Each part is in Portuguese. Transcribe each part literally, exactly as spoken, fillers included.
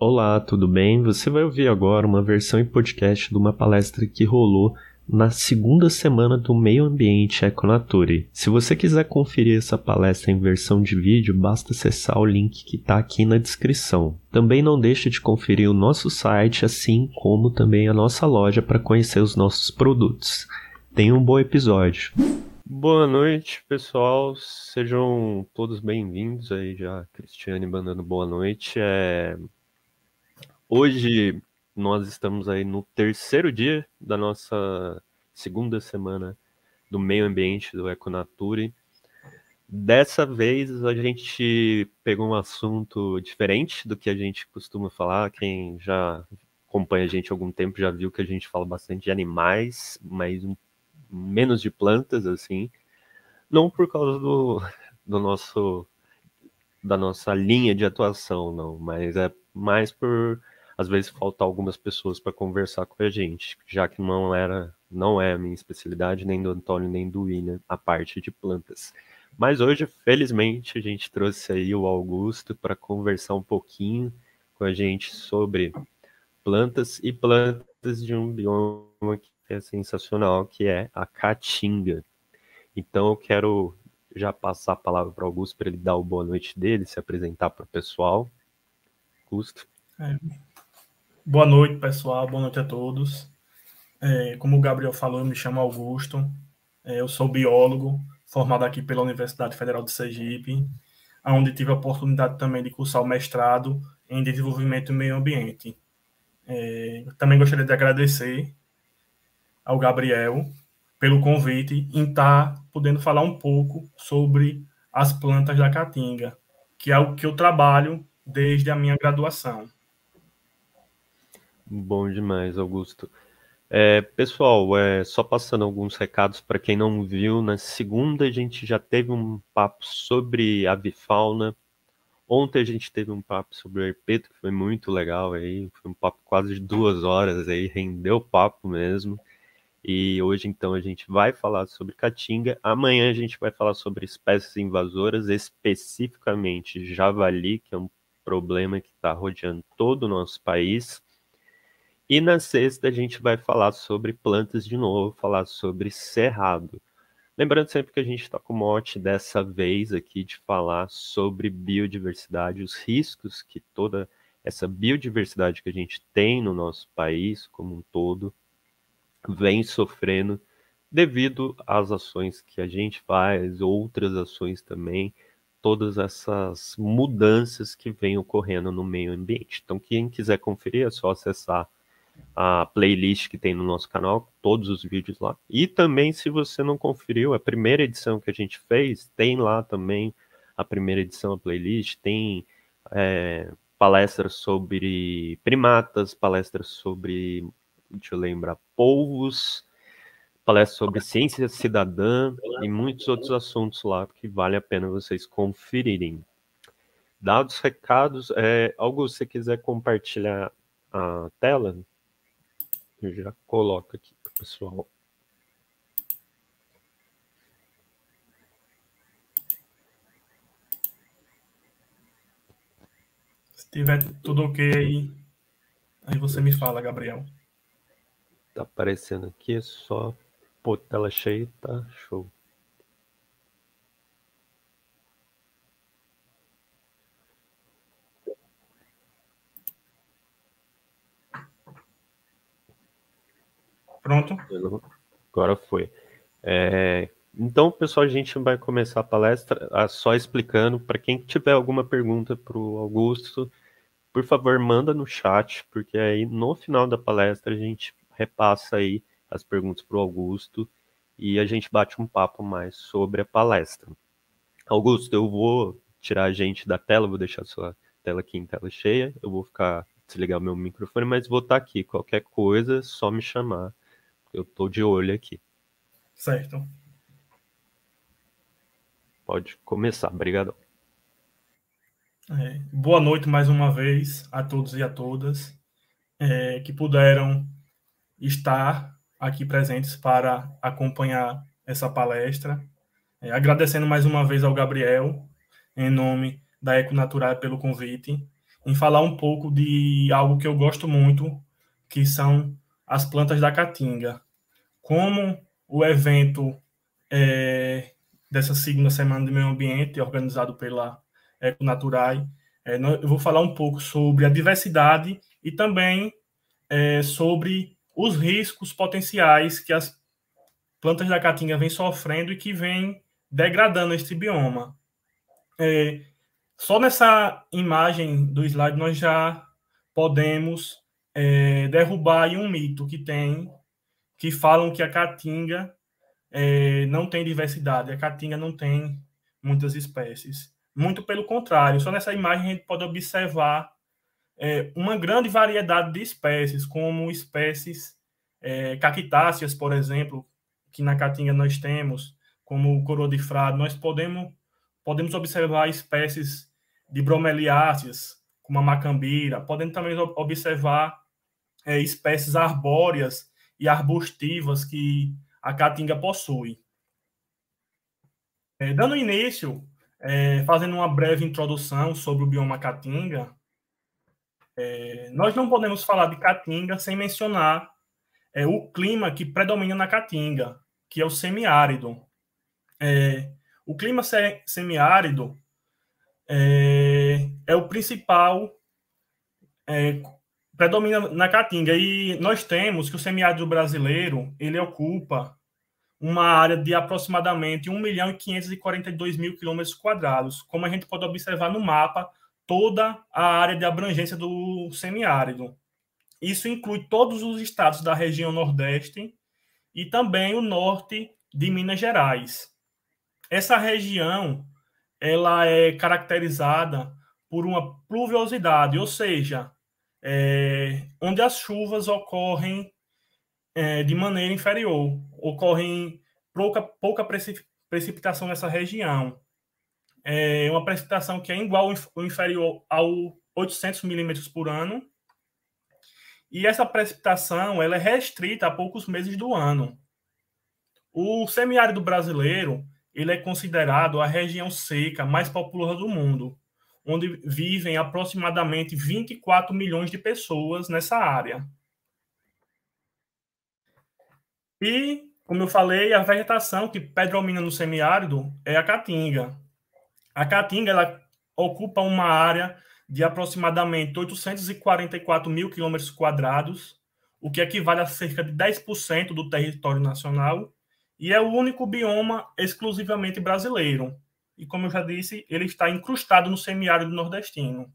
Olá, tudo bem? Você vai ouvir agora uma versão em podcast de uma palestra que rolou na segunda semana do Meio Ambiente Econature. Se você quiser conferir essa palestra em versão de vídeo, basta acessar o link que está aqui na descrição. Também não deixe de conferir o nosso site, assim como também a nossa loja para conhecer os nossos produtos. Tenha um bom episódio. Boa noite, pessoal. Sejam todos bem-vindos. Aí já a Cristiane mandando boa noite. É... Hoje nós estamos aí no terceiro dia da nossa segunda semana do meio ambiente do Econature. Dessa vez a gente pegou um assunto diferente do que a gente costuma falar. Quem já acompanha a gente há algum tempo já viu que a gente fala bastante de animais, mas um, menos de plantas, assim. Não por causa do, do nosso, da nossa linha de atuação, não, mas é mais por às vezes faltar algumas pessoas para conversar com a gente, já que não era, não é a minha especialidade, nem do Antônio, nem do William, a parte de plantas. Mas hoje, felizmente, a gente trouxe aí o Augusto para conversar um pouquinho com a gente sobre plantas e plantas de um bioma que é sensacional, que é a caatinga. Então eu quero já passar a palavra para o Augusto para ele dar o boa noite dele, se apresentar para o pessoal. Augusto. É. Boa noite, pessoal. Boa noite a todos. É, como o Gabriel falou, eu me chamo Augusto. É, eu sou biólogo, formado aqui pela Universidade Federal de Sergipe, onde tive a oportunidade também de cursar o mestrado em desenvolvimento e meio ambiente. É, também gostaria de agradecer ao Gabriel pelo convite em estar podendo falar um pouco sobre as plantas da caatinga, que é algo que eu trabalho desde a minha graduação. Bom demais, Augusto. É, pessoal, é, só passando alguns recados para quem não viu, na segunda a gente já teve um papo sobre avifauna. Ontem a gente teve um papo sobre o herpeto, que foi muito legal aí, foi um papo quase de duas horas aí, rendeu papo mesmo. E hoje então a gente vai falar sobre caatinga. Amanhã a gente vai falar sobre espécies invasoras, especificamente javali, que é um problema que está rodeando todo o nosso país. E na sexta a gente vai falar sobre plantas de novo, falar sobre cerrado. Lembrando sempre que a gente está com o mote dessa vez aqui de falar sobre biodiversidade, os riscos que toda essa biodiversidade que a gente tem no nosso país como um todo vem sofrendo devido às ações que a gente faz, outras ações também, todas essas mudanças que vêm ocorrendo no meio ambiente. Então, quem quiser conferir é só acessar a playlist que tem no nosso canal, todos os vídeos lá. E também, se você não conferiu, a primeira edição que a gente fez, tem lá também a primeira edição, a playlist, tem é, palestras sobre primatas, palestras sobre, deixa eu lembrar, polvos, palestras sobre ciência cidadã e muitos outros assuntos lá que vale a pena vocês conferirem. Dados recados, é, Augusto, se você quiser compartilhar a tela, eu já coloco aqui para o pessoal. Se tiver tudo ok aí, aí você me fala, Gabriel. Tá aparecendo aqui, é só pôr tela cheia, tá show. Pronto? Agora foi. É, então, pessoal, a gente vai começar a palestra só explicando. Para quem tiver alguma pergunta para o Augusto, por favor, manda no chat, porque aí no final da palestra a gente repassa aí as perguntas para o Augusto e a gente bate um papo mais sobre a palestra. Augusto, eu vou tirar a gente da tela, vou deixar a sua tela aqui em tela cheia, eu vou ficar desligar o meu microfone, mas vou estar aqui. Qualquer coisa, só me chamar. Eu tô de olho aqui. Certo. Pode começar, obrigado. É, boa noite mais uma vez a todos e a todas é, que puderam estar aqui presentes para acompanhar essa palestra. É, agradecendo mais uma vez ao Gabriel, em nome da Econatural, pelo convite. em falar um pouco de algo que eu gosto muito, que são as plantas da caatinga. Como o evento é, dessa segunda semana de meio ambiente, organizado pela Econaturai, é, eu vou falar um pouco sobre a diversidade e também é, sobre os riscos potenciais que as plantas da caatinga vêm sofrendo e que vêm degradando este bioma. É, só nessa imagem do slide nós já podemos é, derrubar aí um mito que tem, que falam que a caatinga é, não tem diversidade, a caatinga não tem muitas espécies. Muito pelo contrário, só nessa imagem a gente pode observar é, uma grande variedade de espécies, como espécies é, cactáceas, por exemplo, que na caatinga nós temos, como o coroa de frade. Nós podemos, podemos observar espécies de bromeliáceas, como a macambira. Podemos também observar é, espécies arbóreas e arbustivas que a caatinga possui. É, dando início, é, fazendo uma breve introdução sobre o bioma caatinga, é, nós não podemos falar de caatinga sem mencionar é, o clima que predomina na caatinga, que é o semiárido. É, o clima se, semiárido é, é o principal, é, predomina na caatinga, e nós temos que o semiárido brasileiro ele ocupa uma área de aproximadamente um milhão e quinhentos e quarenta e dois mil quilômetros quadrados. Como a gente pode observar no mapa, toda a área de abrangência do semiárido. Isso inclui todos os estados da região Nordeste e também o norte de Minas Gerais. Essa região ela é caracterizada por uma pluviosidade, ou seja, é, onde as chuvas ocorrem é, de maneira inferior, ocorrem pouca, pouca precipitação nessa região. É uma precipitação que é igual ou inferior ao oitocentos milímetros por ano, e essa precipitação ela é restrita a poucos meses do ano. O semiárido brasileiro ele é considerado a região seca mais populosa do mundo, onde vivem aproximadamente vinte e quatro milhões de pessoas nessa área. E, como eu falei, a vegetação que predomina no semiárido é a caatinga. A caatinga ela ocupa uma área de aproximadamente oitocentos e quarenta e quatro mil quilômetros quadrados, o que equivale a cerca de dez por cento do território nacional, e é o único bioma exclusivamente brasileiro. E, como eu já disse, ele está incrustado no semiárido nordestino.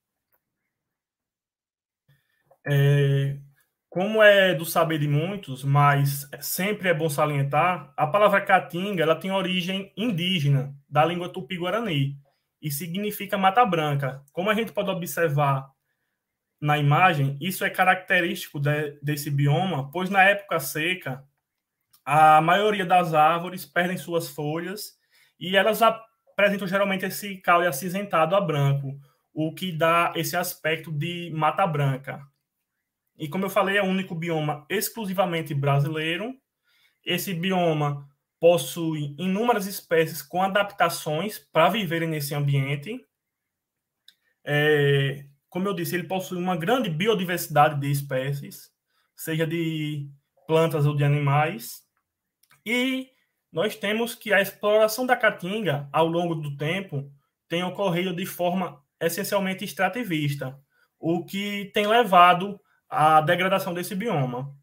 É, como é do saber de muitos, mas sempre é bom salientar, a palavra caatinga ela tem origem indígena, da língua tupi-guarani, e significa mata branca. Como a gente pode observar na imagem, isso é característico de, desse bioma, pois na época seca, a maioria das árvores perdem suas folhas e elas apresentam geralmente esse caule acinzentado a branco, o que dá esse aspecto de mata branca. E como eu falei, é o único bioma exclusivamente brasileiro. Esse bioma possui inúmeras espécies com adaptações para viverem nesse ambiente. É, como eu disse, ele possui uma grande biodiversidade de espécies, seja de plantas ou de animais. E nós temos que a exploração da caatinga, ao longo do tempo, tem ocorrido de forma essencialmente extrativista, o que tem levado à degradação desse bioma.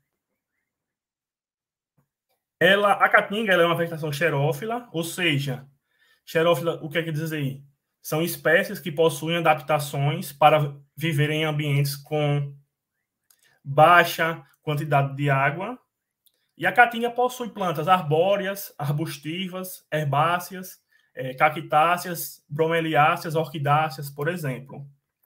Ela, a caatinga ela é uma vegetação xerófila, ou seja, xerófila, o que quer dizer? São espécies que possuem adaptações para viver em ambientes com baixa quantidade de água. E a caatinga possui plantas arbóreas, arbustivas, herbáceas, é, cactáceas, bromeliáceas, orquidáceas, por exemplo.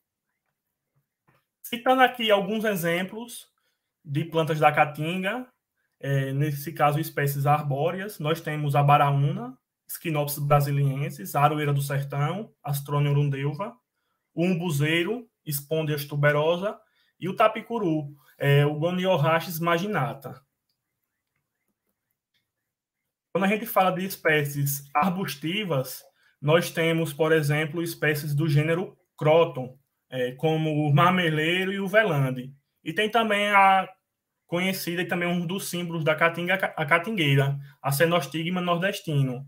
Citando aqui alguns exemplos de plantas da caatinga, é, nesse caso espécies arbóreas, nós temos a baraúna, Schinopsis brasiliensis, a aroeira do sertão, Astrônia urundeuva, o umbuzeiro, Spondias tuberosa, e o tapicuru, é, o Goniorrhachis marginata. Quando a gente fala de espécies arbustivas, nós temos, por exemplo, espécies do gênero Croton, é, como o marmeleiro e o velande. E tem também a conhecida e também um dos símbolos da caatinga, a catingueira, a Cenostigma nordestino.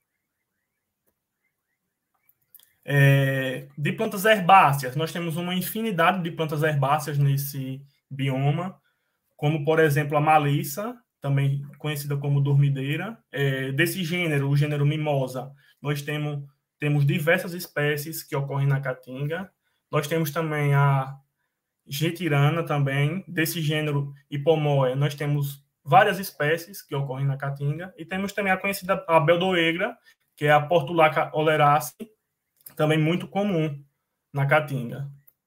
É, de plantas herbáceas, nós temos uma infinidade de plantas herbáceas nesse bioma, como, por exemplo, a malissa, também conhecida como dormideira. É, desse gênero, o gênero mimosa, nós temos, temos diversas espécies que ocorrem na caatinga. Nós temos também a getirana também, desse gênero hipomoea, nós temos várias espécies que ocorrem na caatinga, e temos também a conhecida a beldoegra, que é a Portulaca oleracea, também muito comum na caatinga.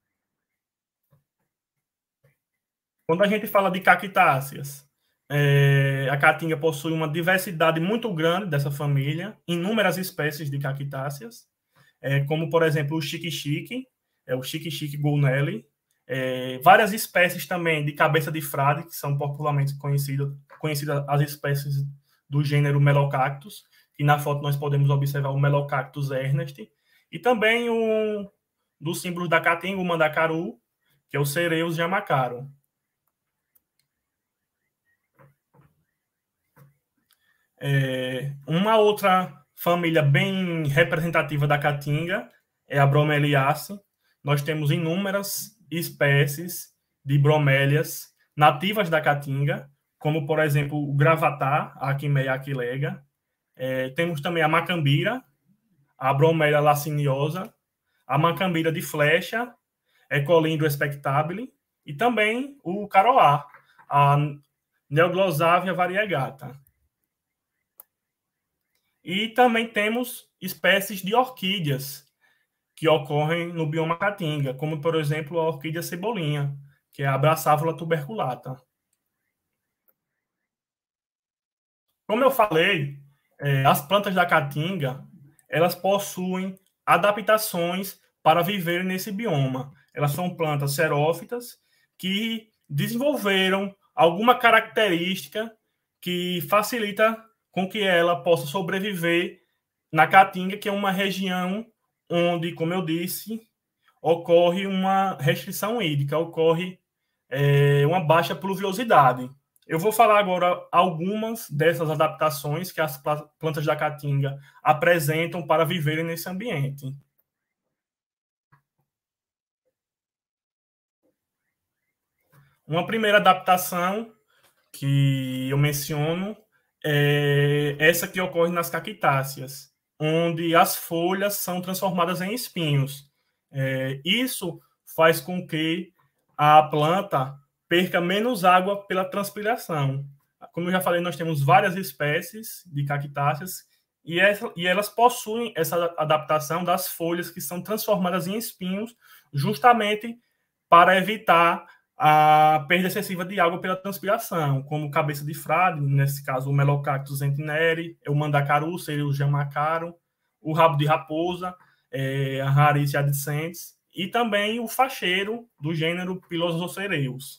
Quando a gente fala de cactáceas, é, a caatinga possui uma diversidade muito grande dessa família, inúmeras espécies de cactáceas, é, como, por exemplo, o chique-chique, é o chique-chique gounelli, é, várias espécies também de cabeça de frade, que são popularmente conhecidas, conhecidas as espécies do gênero Melocactus, e na foto nós podemos observar o Melocactus ernest, e também um dos símbolos da caatinga, o mandacaru, que é o Cereus jamacaro. É, uma outra família bem representativa da caatinga é a Bromeliaceae. Nós temos inúmeras espécies de bromélias nativas da caatinga, como, por exemplo, o gravatá, a Aquimeia aquilega. É, temos também a macambira, a Bromélia laciniosa, a macambira de flecha, Ecolindro expectabile, e também o caroá, a Neoglosávia variegata. E também temos espécies de orquídeas que ocorrem no bioma caatinga, como, por exemplo, a orquídea cebolinha, que é a Brassavola tuberculata. Como eu falei, é, as plantas da caatinga, elas possuem adaptações para viver nesse bioma. Elas são plantas xerófitas que desenvolveram alguma característica que facilita com que ela possa sobreviver na caatinga, que é uma região onde, como eu disse, ocorre uma restrição hídrica, ocorre é, uma baixa pluviosidade. Eu vou falar agora algumas dessas adaptações que as plantas da caatinga apresentam para viverem nesse ambiente. Uma primeira adaptação que eu menciono é essa que ocorre nas cactáceas, onde as folhas são transformadas em espinhos. É, isso faz com que a planta perca menos água pela transpiração. Como eu já falei, nós temos várias espécies de cactáceas e, essa, e elas possuem essa adaptação das folhas que são transformadas em espinhos, justamente para evitar a perda excessiva de água pela transpiração, como cabeça de frade, nesse caso o Melocactus entineri, o mandacaru, seria o jamacaro, o rabo de raposa, é, a Raricea adicentes, e também o facheiro do gênero Pilosocereus.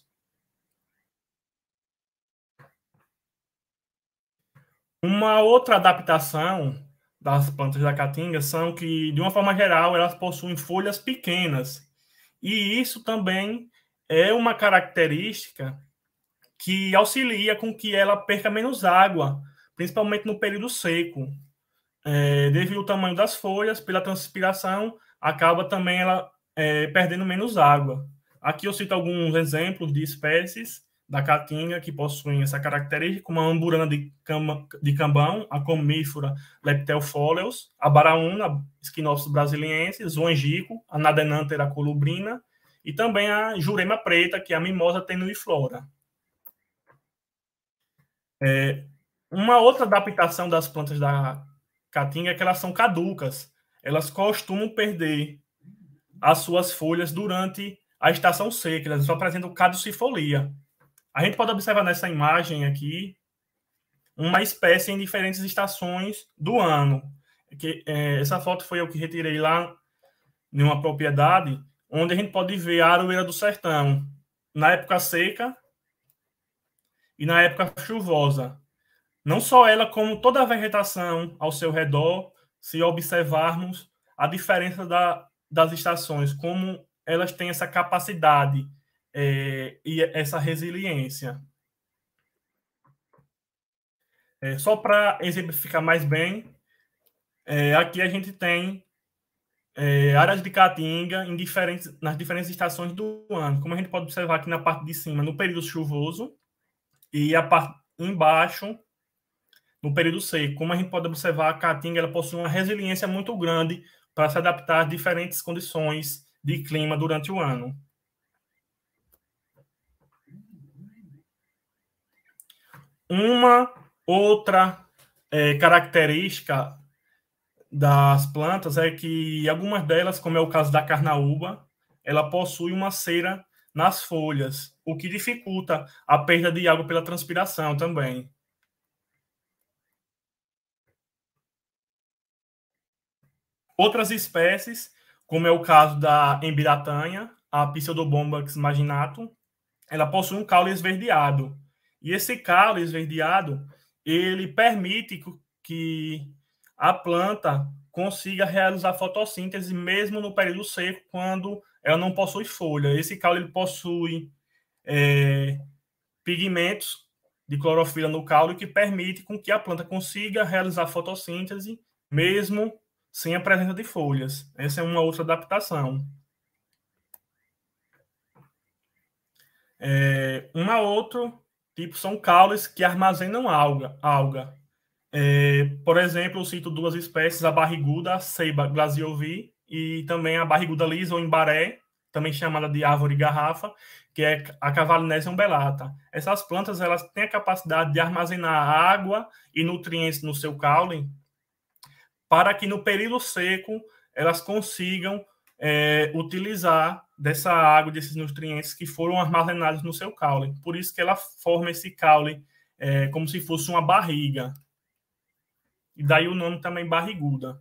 Uma outra adaptação das plantas da caatinga são que, de uma forma geral, elas possuem folhas pequenas, e isso também é uma característica que auxilia com que ela perca menos água, principalmente no período seco. É, devido ao tamanho das folhas, pela transpiração, acaba também ela é, perdendo menos água. Aqui eu cito alguns exemplos de espécies da caatinga que possuem essa característica, como a amburana de, cama, de cambão, a comífora Leptelfoleus, a baraúna, Schinopsis brasiliensis, o angico, a Nadenanthera colubrina, e também a jurema preta, que é a mimosa tenuiflora. É, uma outra adaptação das plantas da caatinga é que elas são caducas. Elas costumam perder as suas folhas durante a estação seca. Elas só apresentam caducifolia. A gente pode observar nessa imagem aqui uma espécie em diferentes estações do ano. Que, é, essa foto foi eu que retirei lá em uma propriedade, onde a gente pode ver a aroeira do sertão na época seca e na época chuvosa. Não só ela, como toda a vegetação ao seu redor, se observarmos a diferença da, das estações, como elas têm essa capacidade é, e essa resiliência. É, só para exemplificar mais bem, é, aqui a gente tem é, áreas de caatinga em diferentes, nas diferentes estações do ano. Como a gente pode observar aqui na parte de cima, no período chuvoso, e a parte embaixo, no período seco. Como a gente pode observar, a caatinga ela possui uma resiliência muito grande para se adaptar às diferentes condições de clima durante o ano. Uma outra é, característica das plantas é que algumas delas, como é o caso da carnaúba, ela possui uma cera nas folhas, o que dificulta a perda de água pela transpiração também. Outras espécies, como é o caso da embiratanha, a Pseudobombax maginatum, ela possui um caule esverdeado. E esse caule esverdeado, ele permite que a planta consiga realizar fotossíntese mesmo no período seco, quando ela não possui folha. Esse caule ele possui é, pigmentos de clorofila no caule que permite com que a planta consiga realizar fotossíntese mesmo sem a presença de folhas. Essa é uma outra adaptação. É, uma outra tipo são caules que armazenam alga. alga. É, por exemplo, eu cito duas espécies, a barriguda, a ceiba glaciovi, e também a barriguda lisa ou embaré, também chamada de árvore garrafa, que é a Cavalinese umbellata. Essas plantas elas têm a capacidade de armazenar água e nutrientes no seu caule para que no período seco elas consigam é, utilizar dessa água, desses nutrientes que foram armazenados no seu caule. Por isso que ela forma esse caule é, como se fosse uma barriga. E daí o nome também barriguda.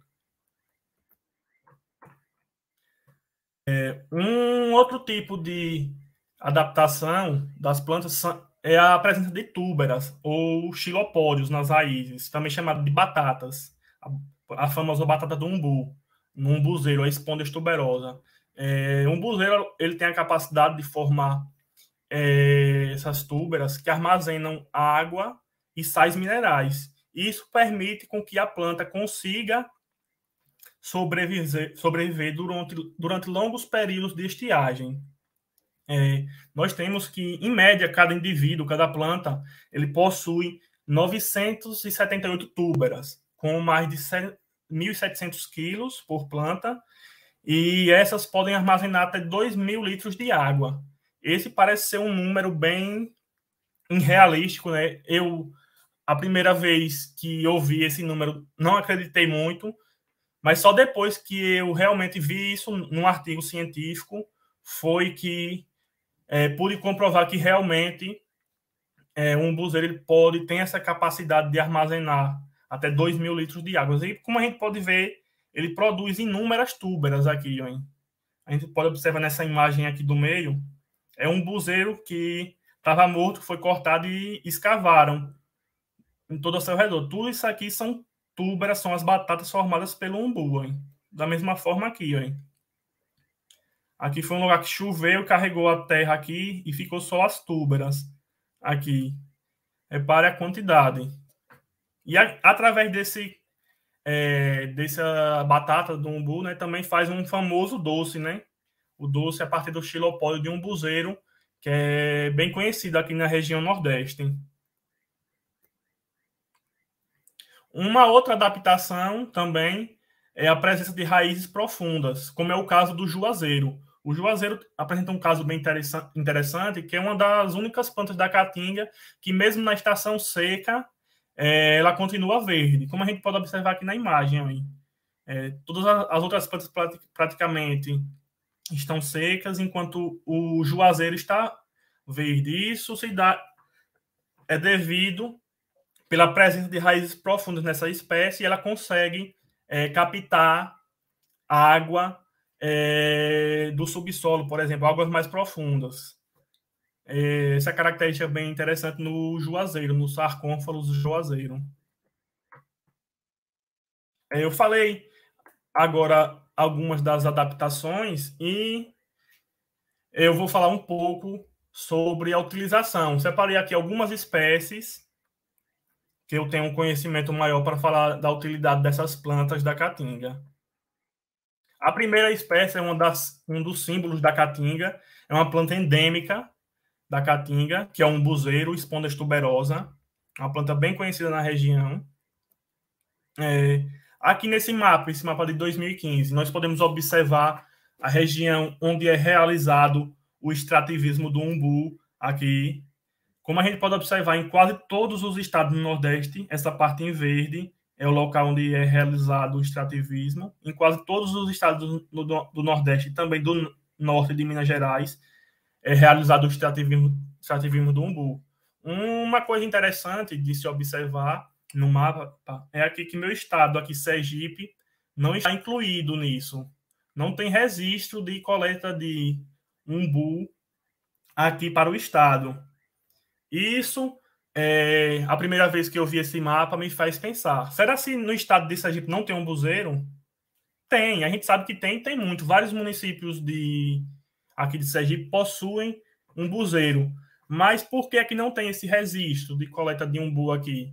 É, um outro tipo de adaptação das plantas é a presença de túberas ou xilopódios nas raízes, também chamado de batatas. A, a famosa batata do umbu, no umbuzeiro, a Spondeus tuberosa. É, o umbuzeiro ele tem a capacidade de formar é, essas túberas que armazenam água e sais minerais. Isso permite com que a planta consiga sobreviver, sobreviver durante, durante longos períodos de estiagem. É, nós temos que, em média, cada indivíduo, cada planta, ele possui novecentos e setenta e oito túberas, com mais de mil e setecentos quilos por planta, e essas podem armazenar até dois mil litros de água. Esse parece ser um número bem irrealístico, né? Eu, a primeira vez que ouvi esse número, não acreditei muito, mas só depois que eu realmente vi isso num artigo científico, foi que é, pude comprovar que realmente é, um umbuzeiro ele pode ter essa capacidade de armazenar até dois mil litros de água. E como a gente pode ver, ele produz inúmeras túberas aqui. Ó, hein? A gente pode observar nessa imagem aqui do meio, é um umbuzeiro que estava morto, foi cortado e escavaram em todo ao seu redor. Tudo isso aqui são túberas, são as batatas formadas pelo umbu. Hein? Da mesma forma aqui. Ó, aqui foi um lugar que choveu, carregou a terra aqui e ficou só as túberas aqui. Repare a quantidade. E a, através desse é, dessa batata do umbu, né, também faz um famoso doce, né? O doce a partir do xilopódio de umbuzeiro, que é bem conhecido aqui na região Nordeste. Uma outra adaptação também é a presença de raízes profundas, como é o caso do juazeiro. O juazeiro apresenta um caso bem interessante, que é uma das únicas plantas da caatinga que, mesmo na estação seca, é, ela continua verde, como a gente pode observar aqui na imagem. É, todas as outras plantas praticamente estão secas, enquanto o juazeiro está verde. Isso se dá é devido pela presença de raízes profundas nessa espécie, e ela consegue é, captar água é, do subsolo, por exemplo, águas mais profundas. É, essa característica é bem interessante no juazeiro, no sarcófalos do juazeiro. É, eu falei agora algumas das adaptações e eu vou falar um pouco sobre a utilização. Separei aqui algumas espécies que eu tenho um conhecimento maior para falar da utilidade dessas plantas da caatinga. A primeira espécie é uma das, um dos símbolos da caatinga, é uma planta endêmica da caatinga, que é um buzeiro, Spondas tuberosa, uma planta bem conhecida na região. É, aqui nesse mapa, esse mapa de dois mil e quinze, nós podemos observar a região onde é realizado o extrativismo do umbu aqui. Como a gente pode observar em quase todos os estados do Nordeste, essa parte em verde é o local onde é realizado o extrativismo. Em quase todos os estados do, do, do Nordeste, também do norte de Minas Gerais, é realizado o extrativismo, extrativismo do umbu. Uma coisa interessante de se observar no mapa é aqui que meu estado, aqui Sergipe, não está incluído nisso. Não tem registro de coleta de umbu aqui para o estado. Isso, é, a primeira vez que eu vi esse mapa, me faz pensar. Será que no estado de Sergipe não tem um buzeiro? Tem, a gente sabe que tem, tem muito. Vários municípios de aqui de Sergipe possuem um buzeiro. Mas por que é que não tem esse registro de coleta de umbu aqui?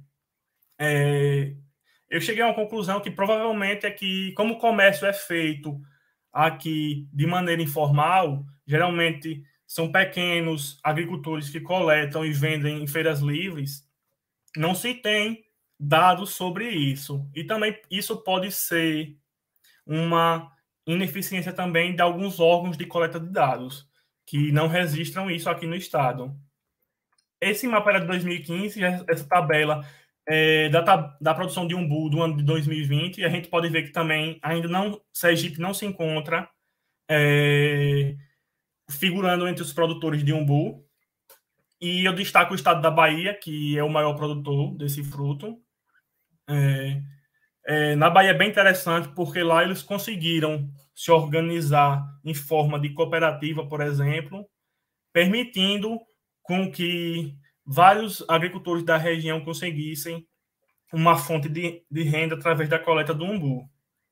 É, eu cheguei a uma conclusão que provavelmente é que, como o comércio é feito aqui de maneira informal, geralmente são pequenos agricultores que coletam e vendem em feiras livres, não se tem dados sobre isso. E também isso pode ser uma ineficiência também de alguns órgãos de coleta de dados, que não registram isso aqui no estado. Esse mapa era de dois mil e quinze, essa tabela é, da, da produção de umbu do ano de dois mil e vinte, e a gente pode ver que também ainda não, Sergipe não se encontra é, figurando entre os produtores de umbu. E eu destaco o estado da Bahia, que é o maior produtor desse fruto. É, é, na Bahia é bem interessante, porque lá eles conseguiram se organizar em forma de cooperativa, por exemplo, permitindo com que vários agricultores da região conseguissem uma fonte de, de renda através da coleta do umbu.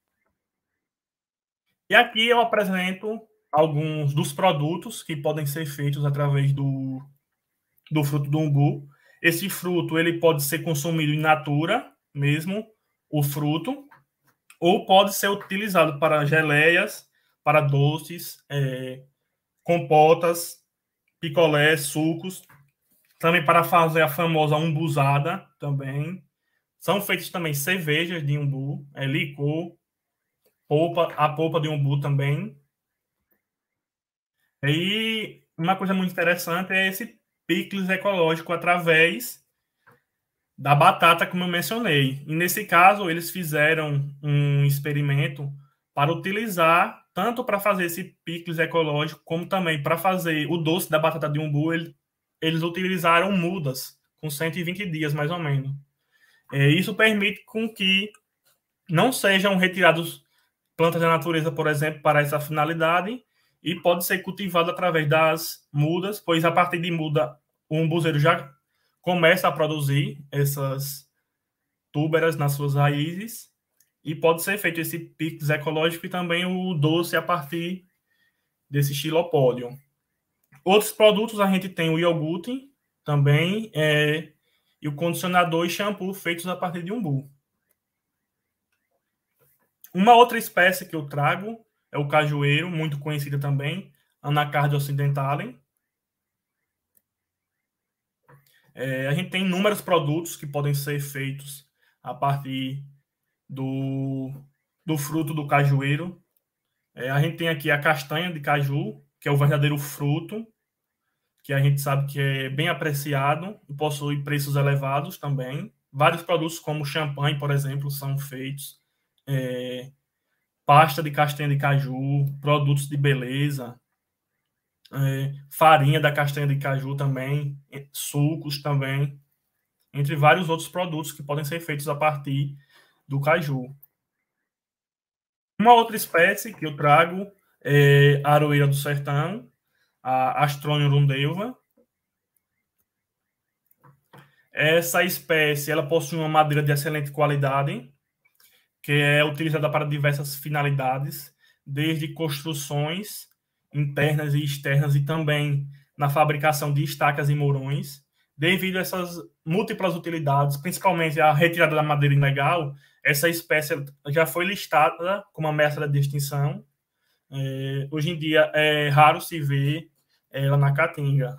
E aqui eu apresento alguns dos produtos que podem ser feitos através do, do fruto do umbu. Esse fruto ele pode ser consumido in natura, mesmo o fruto, ou pode ser utilizado para geleias, para doces, é, compotas, picolés, sucos, também para fazer a famosa umbuzada também. São feitas também cervejas de umbu, é, licor, polpa, a polpa de umbu também. E uma coisa muito interessante é esse picles ecológico através da batata, como eu mencionei. E nesse caso, eles fizeram um experimento para utilizar, tanto para fazer esse picles ecológico, como também para fazer o doce da batata de umbu, ele, eles utilizaram mudas, com cento e vinte dias, mais ou menos. É, isso permite com que não sejam retirados plantas da natureza, por exemplo, para essa finalidade, e pode ser cultivado através das mudas, pois a partir de muda, o umbuzeiro já começa a produzir essas túberas nas suas raízes, e pode ser feito esse picles ecológico e também o doce a partir desse xilopódio. Outros produtos, a gente tem o iogurte também, é, e o condicionador e shampoo feitos a partir de umbu. Uma outra espécie que eu trago é o cajueiro, muito conhecida também, Anacardium occidentalem. É, a gente tem inúmeros produtos que podem ser feitos a partir do, do fruto do cajueiro. É, a gente tem aqui a castanha de caju, que é o verdadeiro fruto, que a gente sabe que é bem apreciado e possui preços elevados também. Vários produtos, como champanhe, por exemplo, são feitos. É, pasta de castanha de caju, produtos de beleza, é, farinha da castanha de caju também, sucos também, entre vários outros produtos que podem ser feitos a partir do caju. Uma outra espécie que eu trago é a aroeira do sertão, a Astronium rundeuva. Essa espécie ela possui uma madeira de excelente qualidade, que é utilizada para diversas finalidades, desde construções internas e externas e também na fabricação de estacas e mourões. Devido a essas múltiplas utilidades, principalmente a retirada da madeira ilegal, essa espécie já foi listada como ameaça de extinção. É, hoje em dia é raro se ver ela na Caatinga.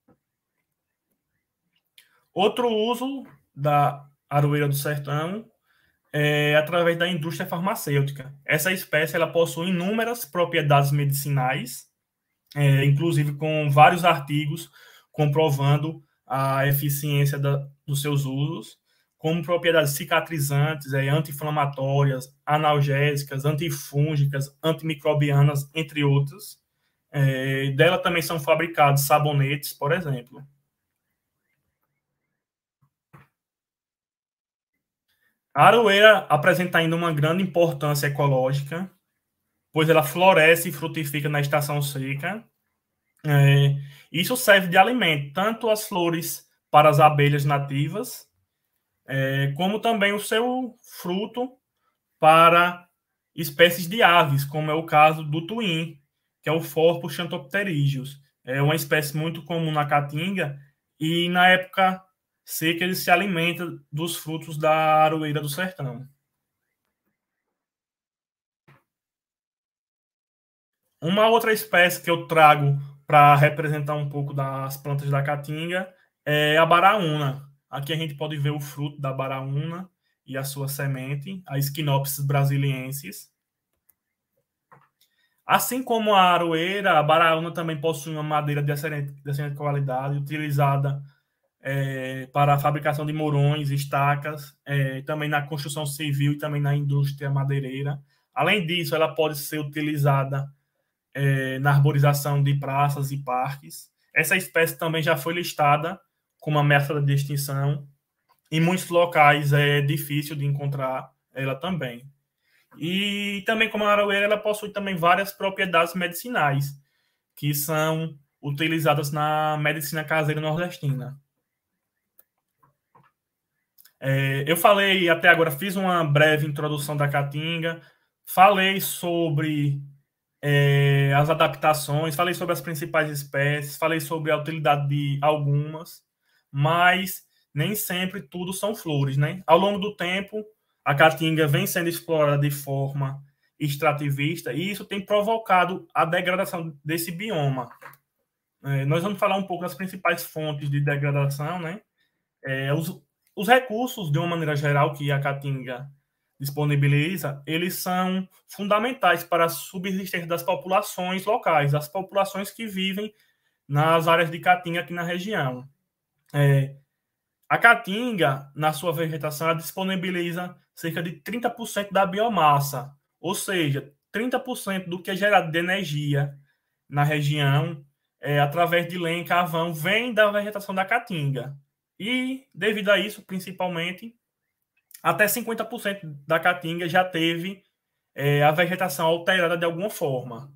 Outro uso da aroeira do sertão é através da indústria farmacêutica. Essa espécie ela possui inúmeras propriedades medicinais, é, inclusive com vários artigos comprovando a eficiência da, dos seus usos, como propriedades cicatrizantes, é, anti-inflamatórias, analgésicas, antifúngicas, antimicrobianas, entre outras. É, dela também são fabricados sabonetes, por exemplo. A aroeira apresenta ainda uma grande importância ecológica, pois ela floresce e frutifica na estação seca. É, isso serve de alimento, tanto as flores para as abelhas nativas, é, como também o seu fruto para espécies de aves, como é o caso do tuim, que é o Forpus xantopterígeos. É uma espécie muito comum na Caatinga e na época seca ele se alimenta dos frutos da aroeira do sertão. Uma outra espécie que eu trago para representar um pouco das plantas da Caatinga é a baraúna. Aqui a gente pode ver o fruto da baraúna e a sua semente, a Schinopsis brasiliensis. Assim como a aroeira, a baraúna também possui uma madeira de excelente, de excelente qualidade, utilizada é, para a fabricação de mourões, estacas, é, também na construção civil e também na indústria madeireira. Além disso, ela pode ser utilizada é, na arborização de praças e parques. Essa espécie também já foi listada como ameaça de extinção. Em muitos locais é difícil de encontrar ela também. E também, como a aroeira, ela possui também várias propriedades medicinais que são utilizadas na medicina caseira nordestina. É, eu falei até agora, fiz uma breve introdução da Caatinga, falei sobre é, as adaptações, falei sobre as principais espécies, falei sobre a utilidade de algumas, mas nem sempre tudo são flores, né? Ao longo do tempo, a Caatinga vem sendo explorada de forma extrativista e isso tem provocado a degradação desse bioma. É, nós vamos falar um pouco das principais fontes de degradação, né? É, os, os recursos, de uma maneira geral, que a Caatinga disponibiliza, eles são fundamentais para a subsistência das populações locais, as populações que vivem nas áreas de Caatinga aqui na região. É, a Caatinga, na sua vegetação, ela disponibiliza cerca de trinta por cento da biomassa, ou seja, trinta por cento do que é gerado de energia na região, é, através de lenha e carvão, vem da vegetação da Caatinga. E, devido a isso, principalmente, até cinquenta por cento da Caatinga já teve é, a vegetação alterada de alguma forma.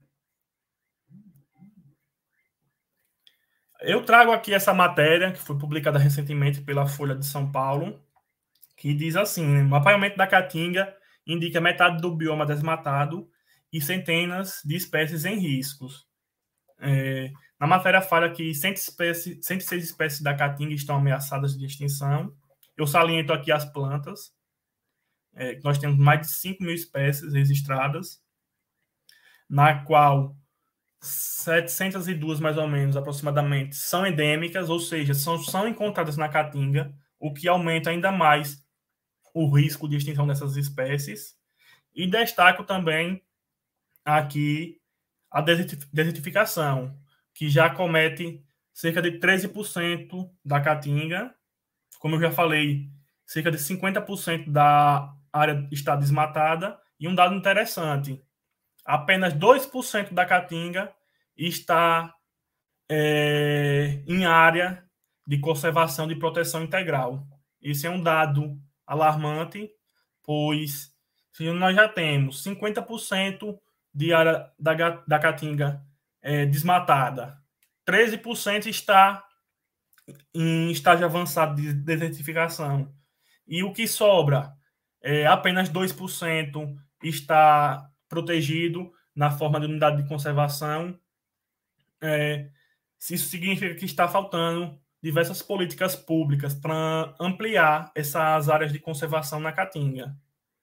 Eu trago aqui essa matéria, que foi publicada recentemente pela Folha de São Paulo, que diz assim, né, o mapeamento da Caatinga indica metade do bioma desmatado e centenas de espécies em riscos. É, na matéria fala que cem espécies, cento e seis espécies da Caatinga estão ameaçadas de extinção. Eu saliento aqui as plantas. É, nós temos mais de cinco mil espécies registradas, na qual setecentas e duas, mais ou menos, aproximadamente, são endêmicas, ou seja, são, são encontradas na Caatinga, o que aumenta ainda mais o risco de extinção dessas espécies. E destaco também aqui a desertificação, que já comete cerca de treze por cento da Caatinga. Como eu já falei, cerca de cinquenta por cento da área está desmatada. E um dado interessante, apenas dois por cento da Caatinga está é, em área de conservação de proteção integral. Esse é um dado alarmante, pois se nós já temos cinquenta por cento de área da, da Caatinga é, desmatada, treze por cento está em estágio avançado de desertificação, e o que sobra, é, apenas dois por cento está protegido, na forma de unidade de conservação, é, isso significa que está faltando diversas políticas públicas para ampliar essas áreas de conservação na Caatinga.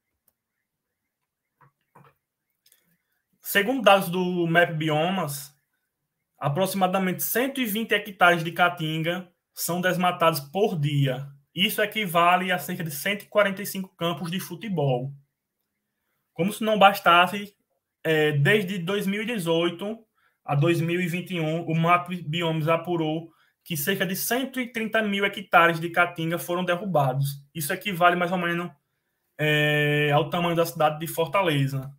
Segundo dados do Map Biomas, aproximadamente cento e vinte hectares de caatinga são desmatados por dia. Isso equivale a cerca de cento e quarenta e cinco campos de futebol. Como se não bastasse, é, desde dois mil e dezoito a dois mil e vinte e um, o Map Biomas apurou que cerca de cento e trinta mil hectares de caatinga foram derrubados. Isso equivale mais ou menos é, ao tamanho da cidade de Fortaleza.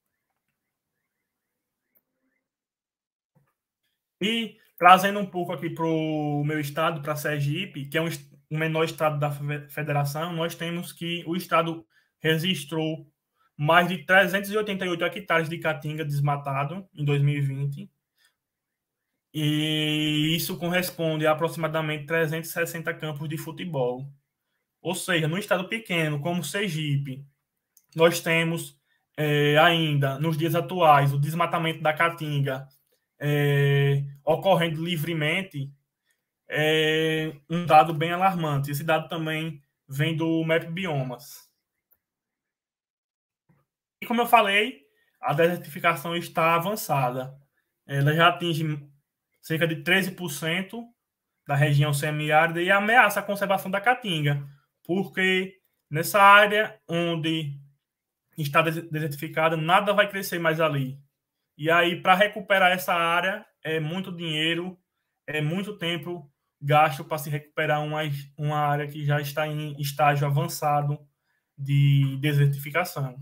E trazendo um pouco aqui para o meu estado, para Sergipe, que é um, o menor estado da federação, nós temos que o estado registrou mais de trezentos e oitenta e oito hectares de caatinga desmatado em dois mil e vinte. E isso corresponde a aproximadamente trezentos e sessenta campos de futebol. Ou seja, num estado pequeno como Sergipe, nós temos é, ainda, nos dias atuais, o desmatamento da caatinga É, ocorrendo livremente, é um dado bem alarmante. Esse dado também vem do Map Biomas. E como eu falei, a desertificação está avançada. Ela já atinge cerca de treze por cento da região semiárida e ameaça a conservação da caatinga, porque nessa área onde está desertificada, nada vai crescer mais ali. E aí, para recuperar essa área, é muito dinheiro, é muito tempo gasto para se recuperar uma, uma área que já está em estágio avançado de desertificação.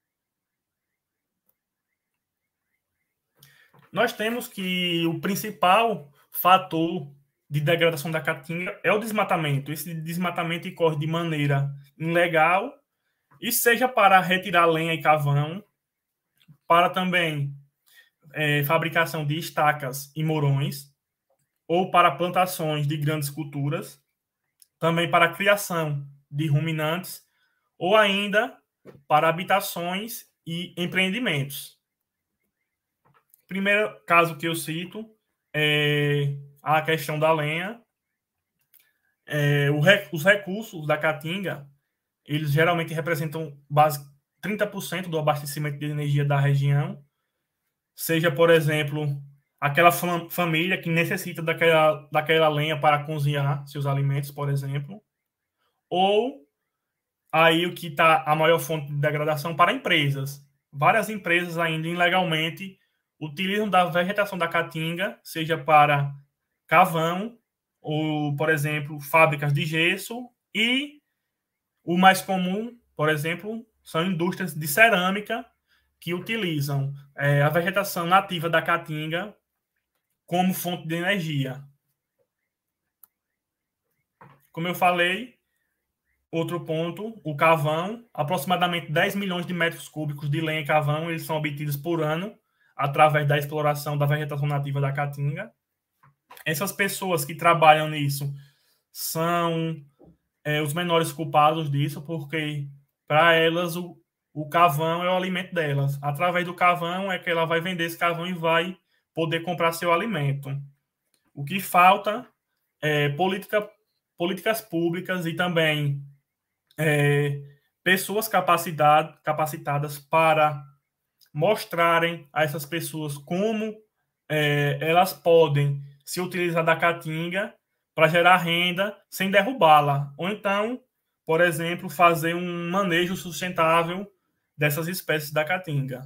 Nós temos que o principal fator de degradação da caatinga é o desmatamento. Esse desmatamento ocorre de maneira ilegal, e seja para retirar lenha e carvão, para também É, fabricação de estacas e morões, ou para plantações de grandes culturas, também para a criação de ruminantes, ou ainda para habitações e empreendimentos. Primeiro caso que eu cito é a questão da lenha. É, o, os recursos da caatinga, eles geralmente representam base, trinta por cento do abastecimento de energia da região, seja, por exemplo, aquela fam- família que necessita daquela, daquela lenha para cozinhar seus alimentos, por exemplo, ou aí o que está a maior fonte de degradação para empresas. Várias empresas ainda ilegalmente utilizam da vegetação da caatinga, seja para carvão, ou, por exemplo, fábricas de gesso, e o mais comum, por exemplo, são indústrias de cerâmica, que utilizam é, a vegetação nativa da caatinga como fonte de energia. Como eu falei, outro ponto, o carvão, aproximadamente dez milhões de metros cúbicos de lenha e carvão, eles são obtidos por ano através da exploração da vegetação nativa da caatinga. Essas pessoas que trabalham nisso são é, os menores culpados disso, porque para elas o O carvão é o alimento delas. Através do carvão é que ela vai vender esse carvão e vai poder comprar seu alimento. O que falta é política, políticas públicas e também é, pessoas capacitadas para mostrarem a essas pessoas como é, elas podem se utilizar da caatinga para gerar renda sem derrubá-la. Ou então, por exemplo, fazer um manejo sustentável dessas espécies da caatinga.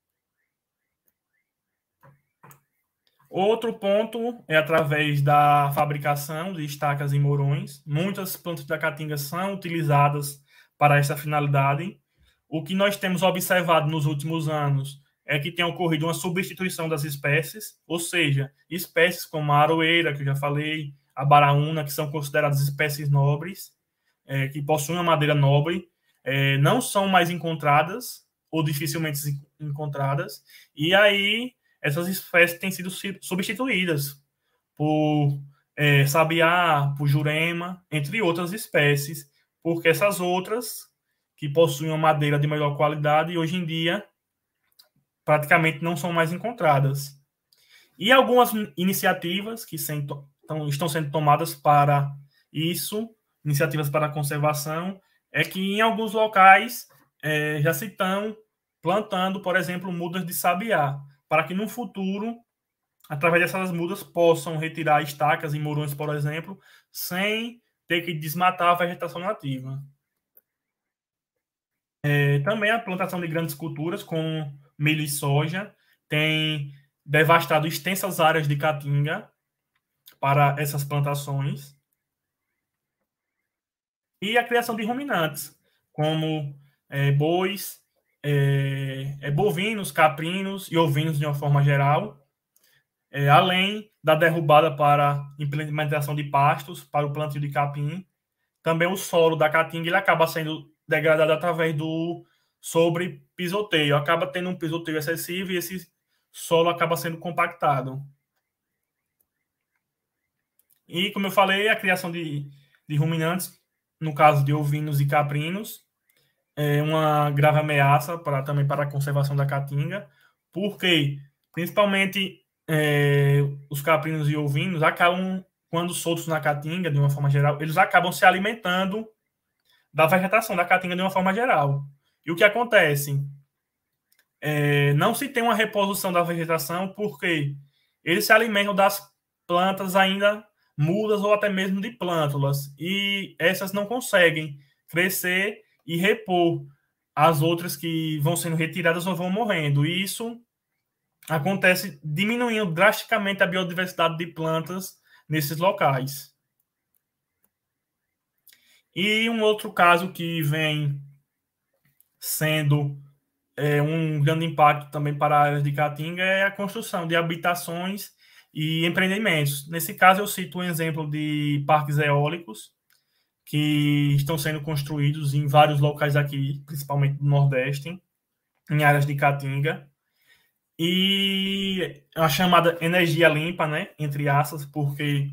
Outro ponto é através da fabricação de estacas e morões. Muitas plantas da caatinga são utilizadas para essa finalidade. O que nós temos observado nos últimos anos é que tem ocorrido uma substituição das espécies, ou seja, espécies como a aroeira, que eu já falei, a baraúna, que são consideradas espécies nobres, é, que possuem uma madeira nobre, é, não são mais encontradas, ou dificilmente encontradas, e aí essas espécies têm sido substituídas por é, sabiá, por jurema, entre outras espécies, porque essas outras, que possuem uma madeira de melhor qualidade, hoje em dia praticamente não são mais encontradas. E algumas iniciativas que estão sendo tomadas para isso, iniciativas para a conservação, é que em alguns locais é, já se estão plantando, por exemplo, mudas de sabiá, para que no futuro, através dessas mudas, possam retirar estacas e morões, por exemplo, sem ter que desmatar a vegetação nativa. É, também a plantação de grandes culturas, como milho e soja, tem devastado extensas áreas de caatinga para essas plantações. E a criação de ruminantes, como é, bois, é, é, bovinos, caprinos e ovinos de uma forma geral, é, além da derrubada para implementação de pastos, para o plantio de capim. Também o solo da caatinga ele acaba sendo degradado através do sobre pisoteio. Acaba tendo um pisoteio excessivo e esse solo acaba sendo compactado. E, como eu falei, a criação de, de ruminantes, no caso de ovinos e caprinos, é uma grave ameaça para, também para a conservação da caatinga, porque, principalmente, é, os caprinos e ovinos acabam, quando soltos na caatinga, de uma forma geral, eles acabam se alimentando da vegetação da caatinga de uma forma geral. E o que acontece? É, não se tem uma reposição da vegetação porque eles se alimentam das plantas ainda mudas ou até mesmo de plântulas. E essas não conseguem crescer e repor as outras que vão sendo retiradas ou vão morrendo. E isso acontece diminuindo drasticamente a biodiversidade de plantas nesses locais. E um outro caso que vem sendo é, um grande impacto também para áreas de caatinga é a construção de habitações e empreendimentos. Nesse caso, eu cito um exemplo de parques eólicos que estão sendo construídos em vários locais aqui, principalmente do Nordeste, em áreas de caatinga. E a chamada energia limpa, né, entre aspas, porque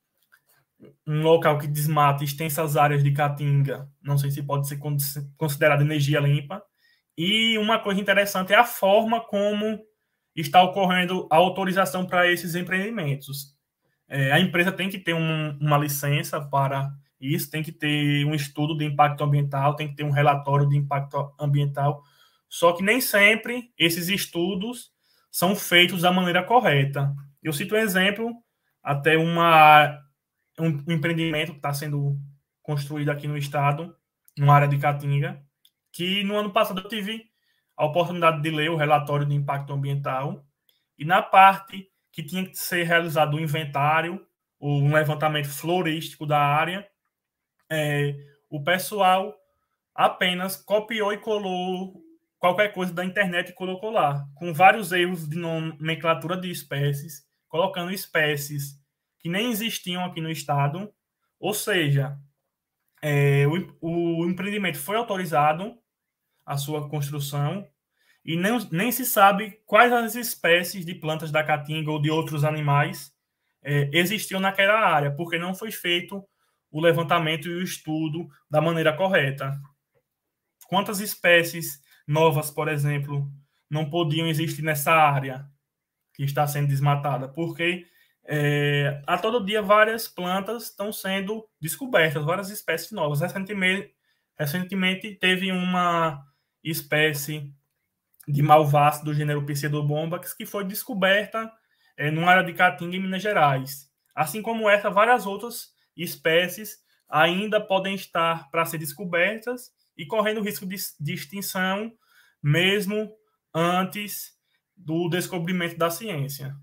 um local que desmata extensas áreas de caatinga, não sei se pode ser considerado energia limpa. E uma coisa interessante é a forma como está ocorrendo a autorização para esses empreendimentos. É, a empresa tem que ter um, uma licença para isso, tem que ter um estudo de impacto ambiental, tem que ter um relatório de impacto ambiental, só que nem sempre esses estudos são feitos da maneira correta. Eu cito um exemplo, até uma, um, um empreendimento que está sendo construído aqui no estado, numa área de caatinga, que no ano passado eu tive a oportunidade de ler o relatório de impacto ambiental, e na parte que tinha que ser realizado um inventário, ou um levantamento florístico da área, é, o pessoal apenas copiou e colou qualquer coisa da internet e colocou lá, com vários erros de nomenclatura de espécies, colocando espécies que nem existiam aqui no estado, ou seja, é, o, o empreendimento foi autorizado, a sua construção, e nem, nem se sabe quais as espécies de plantas da caatinga ou de outros animais é, existiam naquela área, porque não foi feito o levantamento e o estudo da maneira correta. Quantas espécies novas, por exemplo, não podiam existir nessa área que está sendo desmatada? Porque é, a todo dia várias plantas estão sendo descobertas, várias espécies novas. Recentemente, recentemente teve uma espécie de malvace do gênero Pseudobombax que foi descoberta é, numa área de caatinga em Minas Gerais. Assim como essa, várias outras espécies ainda podem estar para ser descobertas e correndo risco de, de extinção mesmo antes do descobrimento da ciência.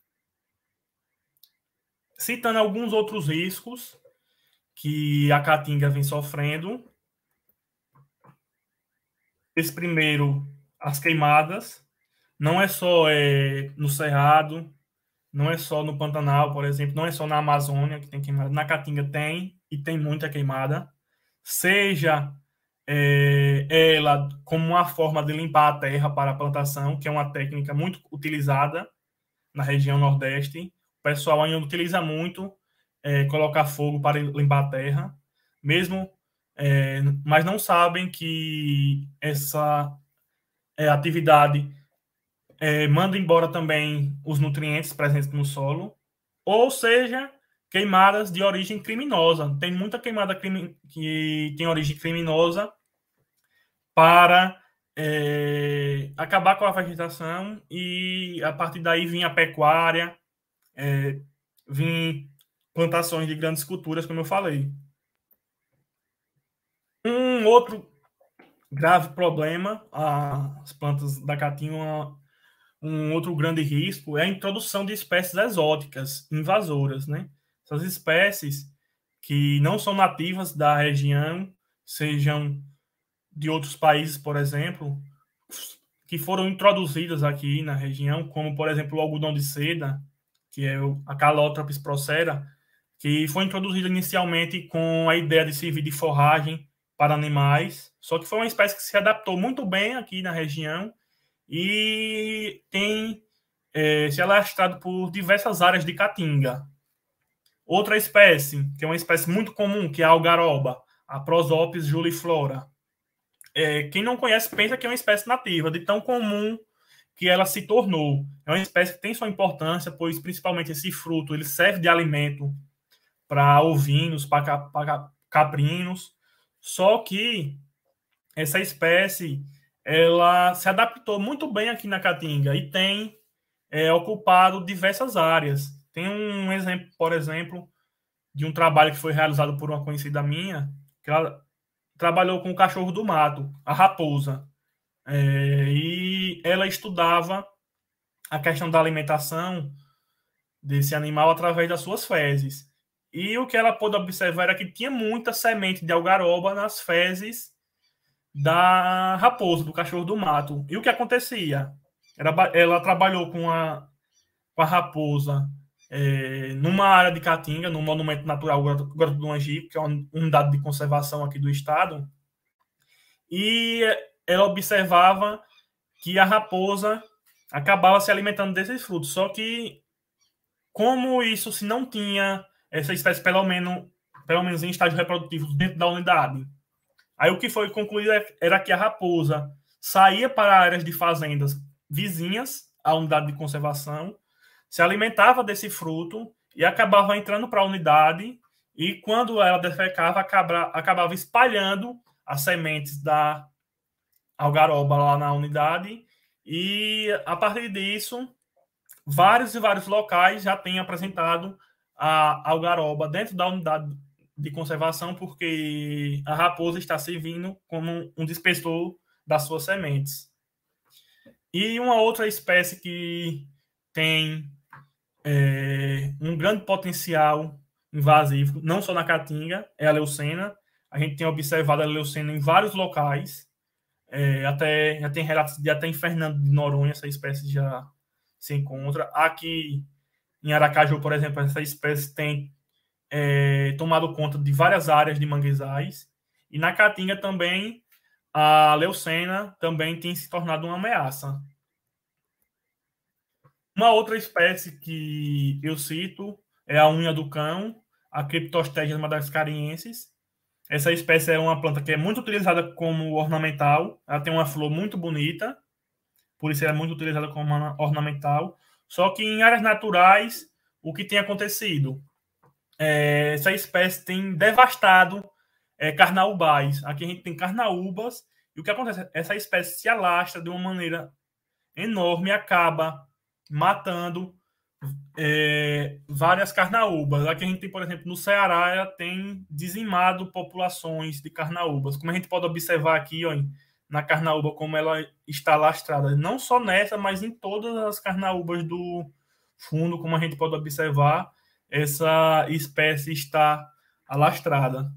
Citando alguns outros riscos que a caatinga vem sofrendo. Esse primeiro, as queimadas. Não é só é, no Cerrado, não é só no Pantanal, por exemplo, não é só na Amazônia que tem queimada. Na Caatinga tem, e tem muita queimada. Seja é, ela como uma forma de limpar a terra para a plantação, que é uma técnica muito utilizada na região Nordeste. O pessoal ainda utiliza muito é, colocar fogo para limpar a terra, mesmo, é, mas não sabem que essa é, atividade é, manda embora também os nutrientes presentes no solo, ou seja, queimadas de origem criminosa. Tem muita queimada crime, que tem origem criminosa para é, acabar com a vegetação e a partir daí vinha a pecuária, é, vinha plantações de grandes culturas, como eu falei. Um outro grave problema, as plantas da caatinga, um outro grande risco é a introdução de espécies exóticas, invasoras, né? Essas espécies que não são nativas da região, sejam de outros países, por exemplo, que foram introduzidas aqui na região, como, por exemplo, o algodão de seda, que é a Calotropis procera, que foi introduzida inicialmente com a ideia de servir de forragem para animais, só que foi uma espécie que se adaptou muito bem aqui na região e tem é, se alastrado por diversas áreas de caatinga. Outra espécie, que é uma espécie muito comum, que é a algaroba, a Prosopis juliflora. É, quem não conhece pensa que é uma espécie nativa, de tão comum que ela se tornou. É uma espécie que tem sua importância, pois principalmente esse fruto ele serve de alimento para ovinos, para caprinos, só que essa espécie ela se adaptou muito bem aqui na Caatinga e tem é, ocupado diversas áreas. Tem um exemplo, por exemplo, de um trabalho que foi realizado por uma conhecida minha, que ela trabalhou com o cachorro do mato, a raposa, é, e ela estudava a questão da alimentação desse animal através das suas fezes. E o que ela pôde observar era que tinha muita semente de algaroba nas fezes da raposa, do cachorro do mato. E o que acontecia? Ela, ela trabalhou com a, com a raposa é, numa área de Caatinga, no Monumento Natural Grota do Angico, que é uma unidade de conservação aqui do estado, e ela observava que a raposa acabava se alimentando desses frutos. Só que, como isso se não tinha essa espécie, pelo menos, pelo menos em estágio reprodutivo, dentro da unidade, aí o que foi concluído era que a raposa saía para áreas de fazendas vizinhas à unidade de conservação, se alimentava desse fruto e acabava entrando para a unidade, e quando ela defecava, acabava espalhando as sementes da algaroba lá na unidade, e a partir disso, vários e vários locais já têm apresentado a algaroba dentro da unidade de conservação, porque a raposa está servindo como um dispersor das suas sementes. E uma outra espécie que tem é, um grande potencial invasivo, não só na Caatinga, é a leucena. A gente tem observado a leucena em vários locais, é, até, já tem relatos de até em Fernando de Noronha essa espécie já se encontra. Aqui em Aracaju, por exemplo, essa espécie tem é, tomado conta de várias áreas de manguezais. E na Caatinga também, a leucena também tem se tornado uma ameaça. Uma outra espécie que eu cito é a unha do cão, a Cryptostegia madagascariensis. Essa espécie é uma planta que é muito utilizada como ornamental. Ela tem uma flor muito bonita, por isso ela é muito utilizada como ornamental. Só que em áreas naturais, o que tem acontecido? É, essa espécie tem devastado é, carnaubais. Aqui a gente tem carnaúbas, e o que acontece? Essa espécie se alastra de uma maneira enorme e acaba matando é, várias carnaúbas. Aqui a gente tem, por exemplo, no Ceará, ela tem dizimado populações de carnaúbas. Como a gente pode observar aqui, ó, na carnaúba, como ela está lastrada. Não só nessa, mas em todas as carnaúbas do fundo, como a gente pode observar, essa espécie está alastrada.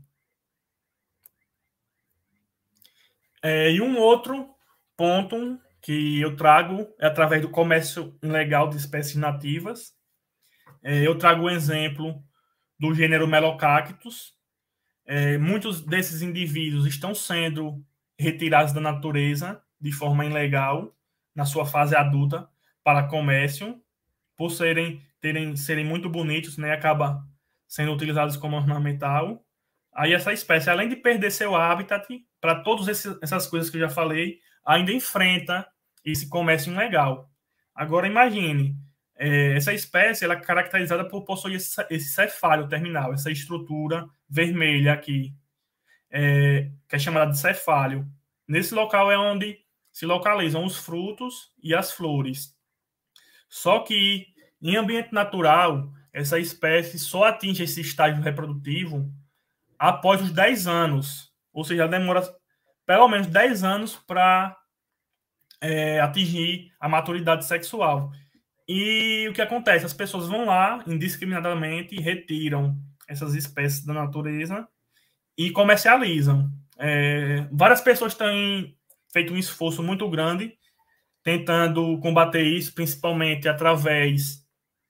É, e um outro ponto que eu trago é através do comércio ilegal de espécies nativas. É, eu trago um exemplo do gênero Melocactus. É, muitos desses indivíduos estão sendo retirados da natureza de forma ilegal, na sua fase adulta, para comércio, por serem, terem, serem muito bonitos, né, acaba sendo utilizados como ornamental. Aí essa espécie, além de perder seu habitat, para todas essas coisas que eu já falei, ainda enfrenta esse comércio ilegal. Agora, imagine, é, essa espécie ela é caracterizada por possuir esse, esse cefália terminal, essa estrutura vermelha aqui, é, que é chamada de cefálio. Nesse local é onde se localizam os frutos e as flores. Só que, em ambiente natural, essa espécie só atinge esse estágio reprodutivo após os dez anos. Ou seja, demora pelo menos dez anos para é, atingir a maturidade sexual. E o que acontece? As pessoas vão lá indiscriminadamente e retiram essas espécies da natureza e comercializam. É, várias pessoas têm feito um esforço muito grande tentando combater isso, principalmente através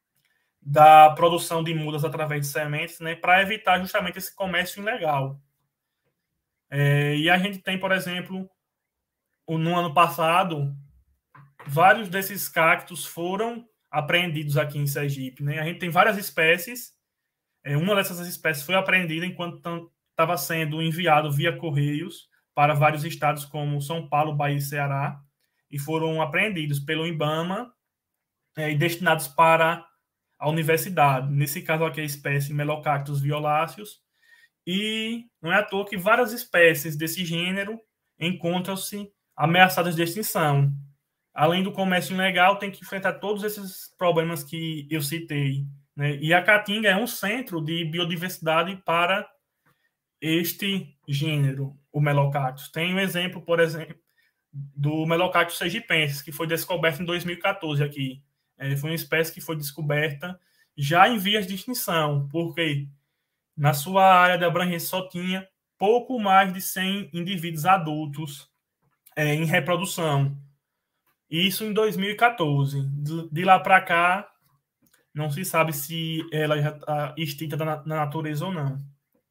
da produção de mudas através de sementes, né, para evitar justamente esse comércio ilegal. É, e a gente tem, por exemplo, no ano passado, vários desses cactos foram apreendidos aqui em Sergipe. Né? A gente tem várias espécies. É, uma dessas espécies foi apreendida enquanto estava sendo enviado via correios para vários estados como São Paulo, Bahia e Ceará, e foram apreendidos pelo IBAMA é, e destinados para a universidade. Nesse caso aqui, a espécie Melocactus violáceos. E não é à toa que várias espécies desse gênero encontram-se ameaçadas de extinção. Além do comércio ilegal, tem que enfrentar todos esses problemas que eu citei. Né? E a Caatinga é um centro de biodiversidade para este gênero, o Melocactus. Tem um exemplo, por exemplo, do Melocactus sergipensis, que foi descoberto em dois mil e quatorze aqui. É, foi uma espécie que foi descoberta já em vias de extinção, porque na sua área de abrangência só tinha pouco mais de cem indivíduos adultos é, em reprodução. Isso em dois mil e quatorze. De lá para cá, não se sabe se ela já está extinta na natureza ou não.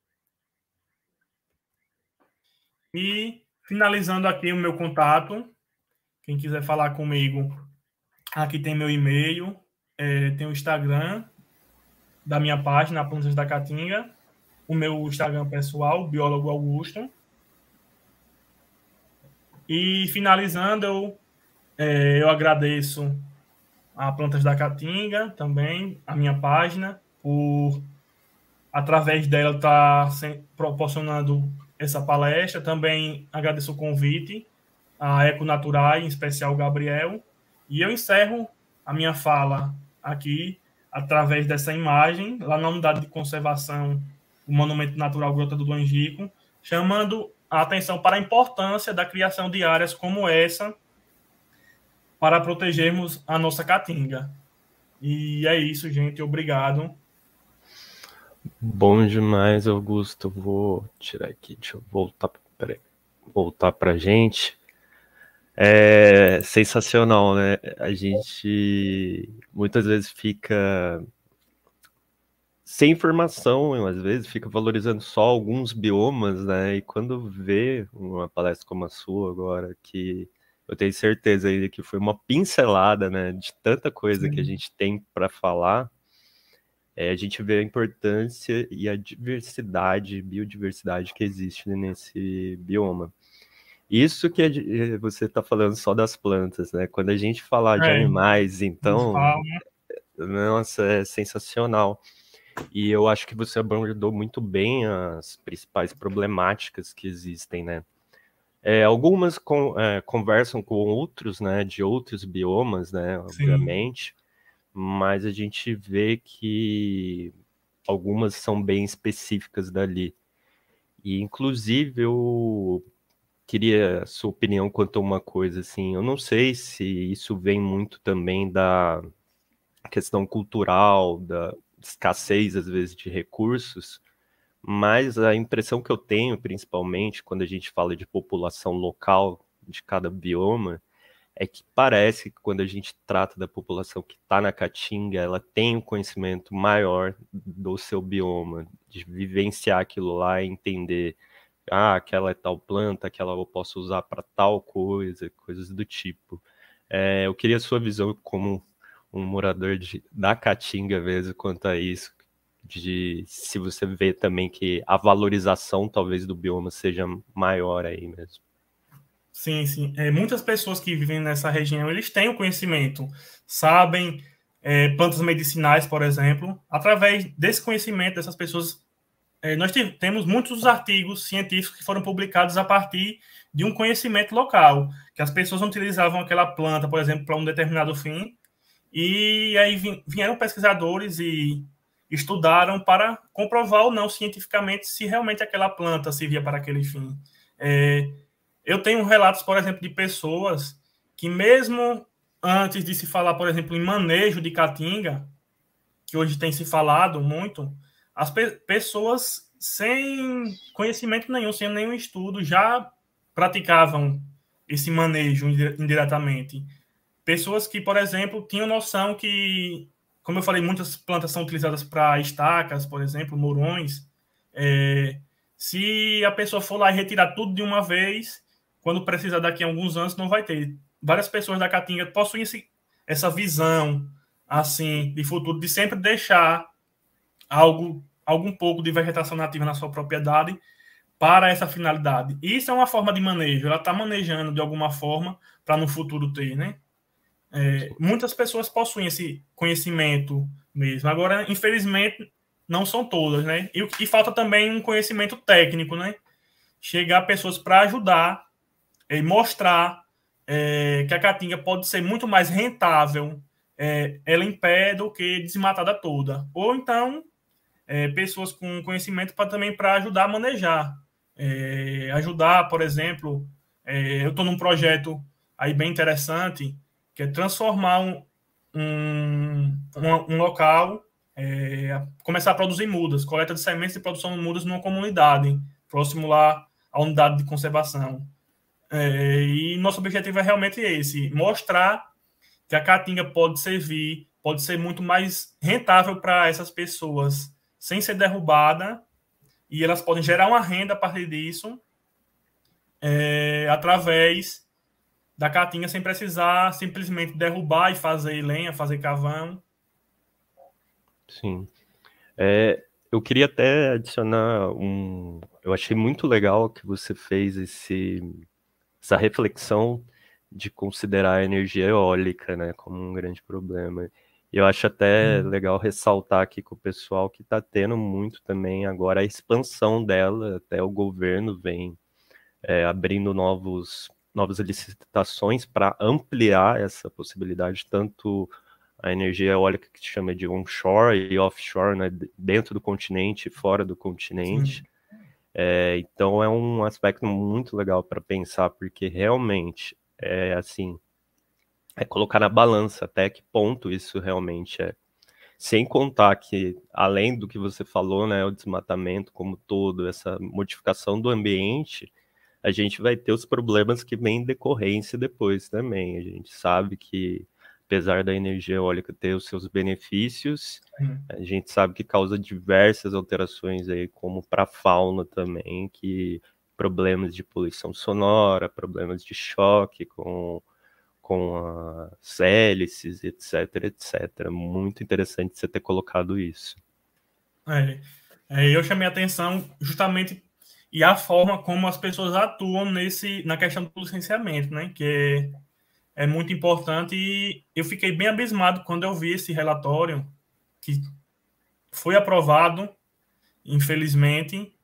E finalizando aqui o meu contato, quem quiser falar comigo, aqui tem meu e-mail, é, tem o Instagram da minha página, Plantas da Caatinga, o meu Instagram pessoal, Biólogo Augusto. E finalizando, eu, é, eu agradeço a Plantas da Caatinga também, a minha página, por, através dela, estar tá proporcionando essa palestra. Também agradeço o convite a Econatural, em especial o Gabriel. E eu encerro a minha fala aqui através dessa imagem, lá na unidade de conservação do Monumento Natural Grota do Angico, chamando a atenção para a importância da criação de áreas como essa para protegermos a nossa caatinga. E é isso, gente. Obrigado. Bom demais, Augusto. Vou tirar aqui, deixa eu voltar, peraí, voltar para a gente. É sensacional, né? A gente muitas vezes fica sem informação, às vezes fica valorizando só alguns biomas, né? E quando vê uma palestra como a sua agora, que eu tenho certeza aí que foi uma pincelada, né, de tanta coisa Sim. que a gente tem para falar, é, a gente vê a importância e a diversidade, biodiversidade que existe nesse bioma. Isso que é, você está falando só das plantas, né? Quando a gente falar é, de animais, então, nossa, é sensacional. E eu acho que você abordou muito bem as principais problemáticas que existem, né? É, algumas com, é, conversam com outros, né, de outros biomas, né, obviamente, Sim. mas a gente vê que algumas são bem específicas dali. E, inclusive, eu queria a sua opinião quanto a uma coisa, assim, eu não sei se isso vem muito também da questão cultural, da escassez, às vezes, de recursos, mas a impressão que eu tenho, principalmente, quando a gente fala de população local de cada bioma, é que parece que quando a gente trata da população que está na Caatinga, ela tem um conhecimento maior do seu bioma, de vivenciar aquilo lá e entender, ah, aquela é tal planta, aquela eu posso usar para tal coisa, coisas do tipo. É, eu queria a sua visão como um morador de, da Caatinga mesmo quanto a isso, de se você vê também que a valorização talvez do bioma seja maior aí mesmo. Sim, sim. É, muitas pessoas que vivem nessa região, eles têm o conhecimento, sabem é, plantas medicinais, por exemplo. Através desse conhecimento dessas pessoas, é, nós te- temos muitos artigos científicos que foram publicados a partir de um conhecimento local, que as pessoas utilizavam aquela planta, por exemplo, para um determinado fim, e aí vi- vieram pesquisadores e estudaram para comprovar ou não cientificamente se realmente aquela planta servia para aquele fim. É, eu tenho relatos, por exemplo, de pessoas que, mesmo antes de se falar, por exemplo, em manejo de caatinga, que hoje tem se falado muito, as pe pessoas sem conhecimento nenhum, sem nenhum estudo, já praticavam esse manejo indiretamente. Pessoas que, por exemplo, tinham noção que, como eu falei, muitas plantas são utilizadas para estacas, por exemplo, morões. É, se a pessoa for lá e retirar tudo de uma vez, quando precisar daqui a alguns anos, não vai ter. Várias pessoas da Caatinga possuem esse, essa visão assim de futuro, de sempre deixar algo, algum pouco de vegetação nativa na sua propriedade para essa finalidade. E isso é uma forma de manejo. Ela está manejando de alguma forma para no futuro ter, né? É, muitas pessoas possuem esse conhecimento mesmo. Agora, infelizmente, não são todas, né? E, e falta também um conhecimento técnico, né? Chegar pessoas para ajudar e mostrar é, que a caatinga pode ser muito mais rentável é, ela em pé do que desmatada toda. Ou então, é, pessoas com conhecimento para também para ajudar a manejar. É, ajudar, por exemplo, é, eu estou num projeto aí bem interessante, que é transformar um, um, um, um local, é, começar a produzir mudas, coleta de sementes e produção de mudas numa comunidade, próximo lá à unidade de conservação. É, e nosso objetivo é realmente esse, mostrar que a caatinga pode servir, pode ser muito mais rentável para essas pessoas, sem ser derrubada, e elas podem gerar uma renda a partir disso, é, através da caatinga, sem precisar simplesmente derrubar e fazer lenha, fazer carvão. Sim. É, eu queria até adicionar um. Eu achei muito legal que você fez esse, essa reflexão de considerar a energia eólica, né, como um grande problema. E eu acho até Hum. legal ressaltar aqui com o pessoal que está tendo muito também agora a expansão dela, até o governo vem é, abrindo novos, novas licitações para ampliar essa possibilidade, tanto a energia eólica que se chama de onshore e offshore, né, dentro do continente e fora do continente. Sim. É, então é um aspecto muito legal para pensar, porque realmente é assim, é colocar na balança até que ponto isso realmente é. Sem contar que, além do que você falou, né, o desmatamento como todo, essa modificação do ambiente, a gente vai ter os problemas que vêm em decorrência depois também. A gente sabe que, apesar da energia eólica ter os seus benefícios, Sim. a gente sabe que causa diversas alterações aí, como para a fauna também, que problemas de poluição sonora, problemas de choque com, com as hélices, etc, etcétera. Muito interessante você ter colocado isso. É, é, eu chamei a atenção justamente e a forma como as pessoas atuam nesse, na questão do licenciamento, né? Que é, é muito importante e eu fiquei bem abismado quando eu vi esse relatório que foi aprovado, infelizmente,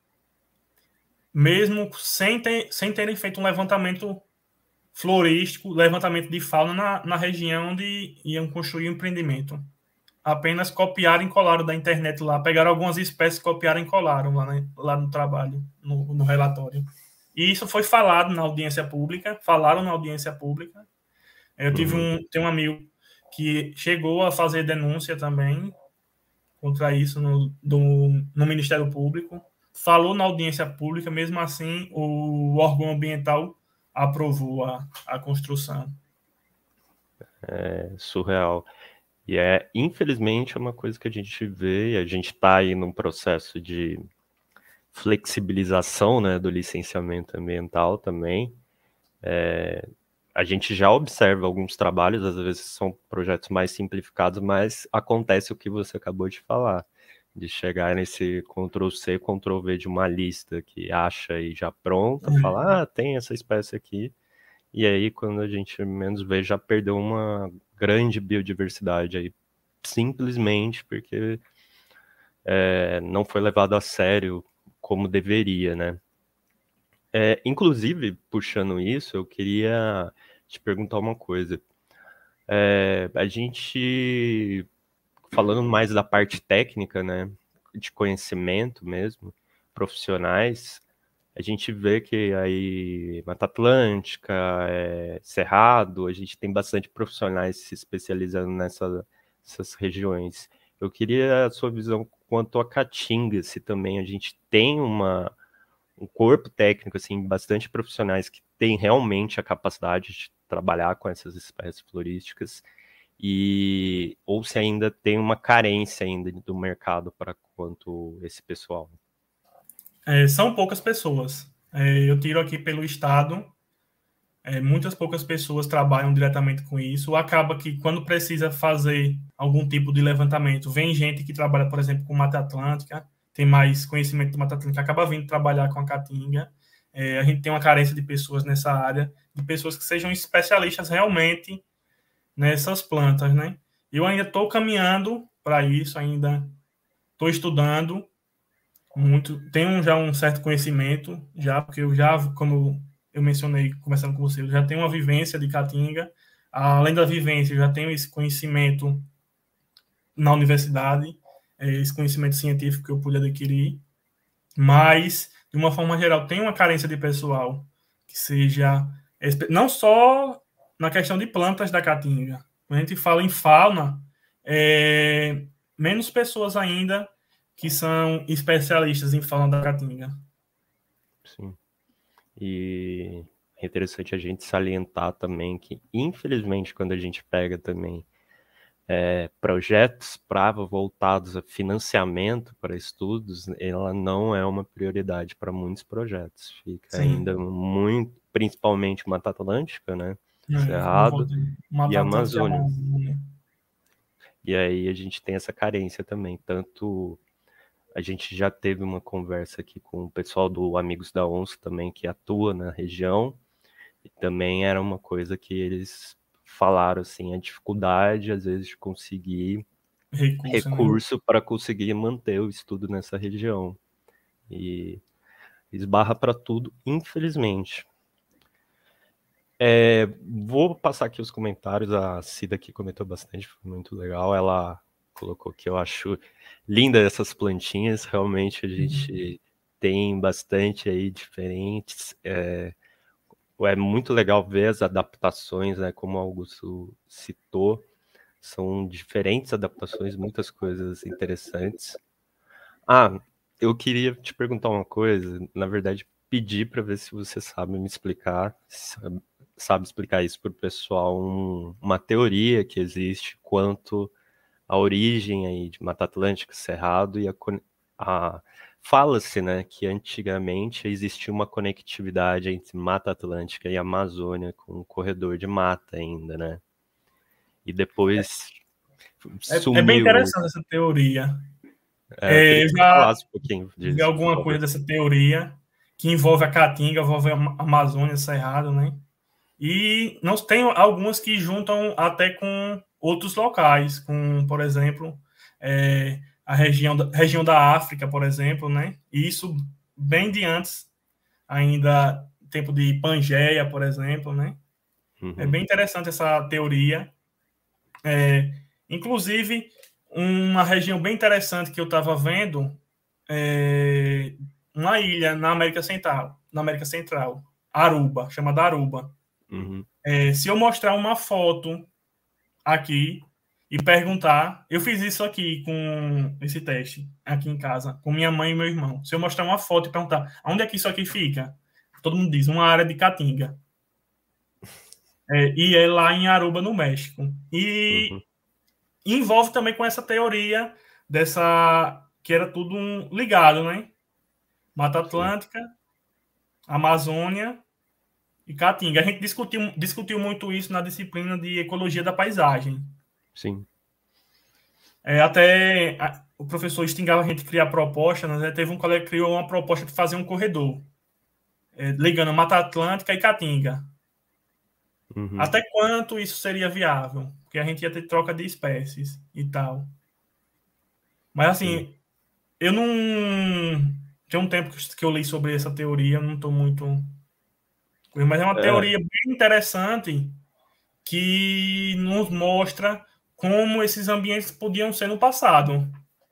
mesmo sem, ter, sem terem feito um levantamento florístico, levantamento de fauna na, na região onde iam construir o empreendimento. Apenas copiaram e colaram da internet lá, pegaram algumas espécies, copiaram e colaram lá, né, lá no trabalho, no, no relatório. E isso foi falado na audiência pública, falaram na audiência pública. Eu tive Uhum. um, tenho um amigo que chegou a fazer denúncia também contra isso no, do, no Ministério Público, falou na audiência pública, mesmo assim o órgão ambiental aprovou a, a construção. É surreal. E é, infelizmente, é uma coisa que a gente vê, e a gente está aí num processo de flexibilização, né, do licenciamento ambiental também. É, a gente já observa alguns trabalhos, às vezes são projetos mais simplificados, mas acontece o que você acabou de falar, de chegar nesse control C, control V de uma lista que acha e já pronta, falar, ah, tem essa espécie aqui, e aí quando a gente menos vê, já perdeu uma grande biodiversidade aí, simplesmente porque é, não foi levado a sério como deveria, né? É, inclusive, puxando isso, eu queria te perguntar uma coisa. É, a gente, falando mais da parte técnica, né, de conhecimento mesmo, profissionais, a gente vê que aí Mata Atlântica, é, Cerrado, a gente tem bastante profissionais se especializando nessa, nessas regiões. Eu queria a sua visão quanto a Caatinga, se também a gente tem uma, um corpo técnico, assim, bastante profissionais que têm realmente a capacidade de trabalhar com essas espécies florísticas, e ou se ainda tem uma carência ainda do mercado para quanto esse pessoal. É, são poucas pessoas. É, eu tiro aqui pelo estado, é, muitas poucas pessoas trabalham diretamente com isso. Acaba que quando precisa fazer algum tipo de levantamento, vem gente que trabalha, por exemplo, com Mata Atlântica, tem mais conhecimento de Mata Atlântica, acaba vindo trabalhar com a Caatinga. É, a gente tem uma carência de pessoas nessa área, de pessoas que sejam especialistas realmente nessas plantas, né? Eu ainda estou caminhando para isso, ainda estou estudando muito, tenho já um certo conhecimento, já porque eu já, como eu mencionei conversando com você, eu já tenho uma vivência de Caatinga. Além da vivência, eu já tenho esse conhecimento na universidade, esse conhecimento científico que eu pude adquirir, mas de uma forma geral tem uma carência de pessoal que seja não só na questão de plantas da Caatinga. Quando a gente fala em fauna, é, menos pessoas ainda que são especialistas em fauna da Caatinga. Sim. E é interessante a gente salientar também que, infelizmente, quando a gente pega também é, projetos Prava voltados a financiamento para estudos, ela não é uma prioridade para muitos projetos. Fica Sim. ainda muito, principalmente Mata Atlântica, né? É, Cerrado e Amazônia. Amazônia. E aí a gente tem essa carência também, tanto a gente já teve uma conversa aqui com o pessoal do Amigos da Onça também, que atua na região, e também era uma coisa que eles falaram, assim, a dificuldade, às vezes, de conseguir recurso, recurso né? Para conseguir manter o estudo nessa região. E esbarra para tudo, infelizmente. É, vou passar aqui os comentários, a Cida aqui comentou bastante, foi muito legal, ela colocou que eu acho linda essas plantinhas, realmente a gente uhum. tem bastante aí diferentes, é, é muito legal ver as adaptações, né, como o Augusto citou, são diferentes adaptações, muitas coisas interessantes. Ah, eu queria te perguntar uma coisa, na verdade pedir para ver se você sabe me explicar, sabe, sabe explicar isso para o pessoal, um, uma teoria que existe quanto à origem aí de Mata Atlântica, Cerrado, e a, a fala-se, né, que antigamente existia uma conectividade entre Mata Atlântica e Amazônia com um corredor de mata ainda, né? E depois é, sumiu. É bem interessante essa teoria. É, eu queria que você falasse um pouquinho disso. Vi alguma coisa dessa teoria que envolve a Caatinga, envolve a Amazônia, Cerrado, né? E não tem algumas que juntam até com outros locais, com, por exemplo, é, a região da, região da África, por exemplo, né? E isso bem de antes, ainda tempo de Pangeia, por exemplo, né? Uhum. É bem interessante essa teoria. É, inclusive, uma região bem interessante que eu estava vendo é uma ilha na América Central, na América Central, Aruba, chamada Aruba. Uhum. É, se eu mostrar uma foto aqui e perguntar, eu fiz isso aqui com esse teste aqui em casa, com minha mãe e meu irmão. Se eu mostrar uma foto e perguntar, onde é que isso aqui fica? Todo mundo diz, uma área de Caatinga. É, e é lá em Aruba, no México. E uhum. envolve também com essa teoria dessa que era tudo um, ligado, né? Mata Atlântica, Sim. Amazônia e Caatinga. A gente discutiu, discutiu muito isso na disciplina de Ecologia da Paisagem. Sim. É, até a, o professor instigava a gente a criar proposta, né? Teve um colega que criou uma proposta de fazer um corredor, é, ligando Mata Atlântica e Caatinga. Uhum. Até quanto isso seria viável? Porque a gente ia ter troca de espécies e tal. Mas Sim. assim, eu não. Tem um tempo que eu li sobre essa teoria, eu não estou muito. Mas é uma É, teoria bem interessante que nos mostra como esses ambientes podiam ser no passado.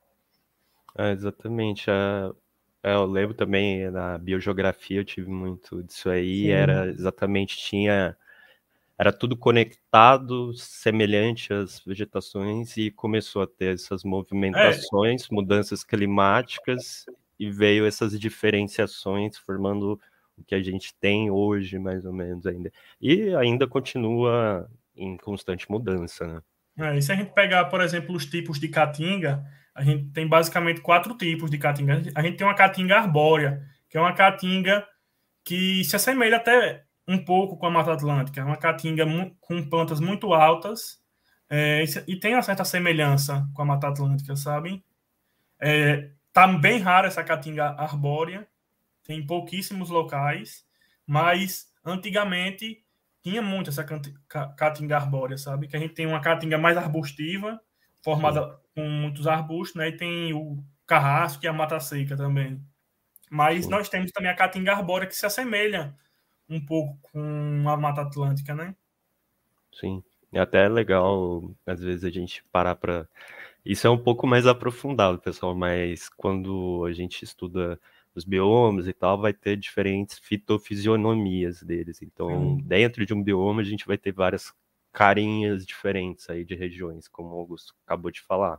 é, exatamente. É, é, eu lembro também na biogeografia, eu tive muito disso aí, era Sim. exatamente, tinha, era tudo conectado, semelhante às vegetações, e começou a ter essas É, movimentações, mudanças climáticas, e veio essas diferenciações, formando o que a gente tem hoje, mais ou menos, ainda. E ainda continua em constante mudança, né? é, e se a gente pegar, por exemplo, os tipos de caatinga, a gente tem basicamente quatro tipos de caatinga. A gente tem uma caatinga arbórea, que é uma caatinga que se assemelha até um pouco com a Mata Atlântica. É uma caatinga com plantas muito altas, é, e tem uma certa semelhança com a Mata Atlântica, sabe? É, tá bem rara essa caatinga arbórea, tem pouquíssimos locais, mas antigamente tinha muito essa caatinga arbórea, sabe? Que a gente tem uma caatinga mais arbustiva, Sim, formada com muitos arbustos, né? E tem o carrasco e a mata seca também. Mas sim, nós temos também a caatinga arbórea que se assemelha um pouco com a Mata Atlântica, né? sim. É até legal, às vezes, a gente parar para. Isso é um pouco mais aprofundado, pessoal, mas quando a gente estuda os biomas e tal, vai ter diferentes fitofisionomias deles. Então, Sim, dentro de um bioma, a gente vai ter várias carinhas diferentes aí de regiões, como o Augusto acabou de falar.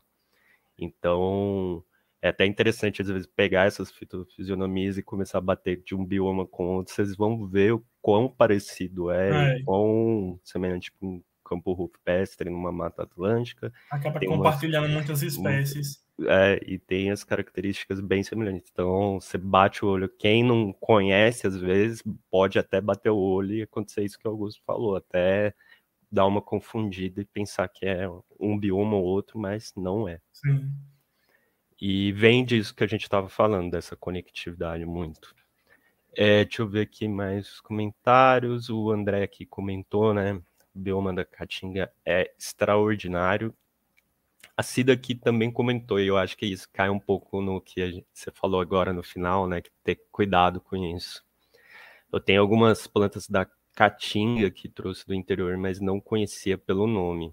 Então, é até interessante, às vezes, pegar essas fitofisionomias e começar a bater de um bioma com outro. Vocês vão ver o quão parecido é e é, quão semelhante com um campo rupestre numa mata atlântica. acaba Tem umas compartilhando muitas espécies. é, e tem as características bem semelhantes. Então, você bate o olho. Quem não conhece, às vezes, pode até bater o olho e acontecer isso que o Augusto falou, até dar uma confundida e pensar que é um bioma ou outro, mas não é. Sim. E vem disso que a gente estava falando, dessa conectividade muito. É, deixa eu ver aqui mais comentários. O André aqui comentou, né? O bioma da Caatinga é extraordinário. A Cida aqui também comentou, e eu acho que isso cai um pouco no que a gente, você falou agora no final, né? Que ter cuidado com isso. Eu tenho algumas plantas da Caatinga que trouxe do interior, mas não conhecia pelo nome.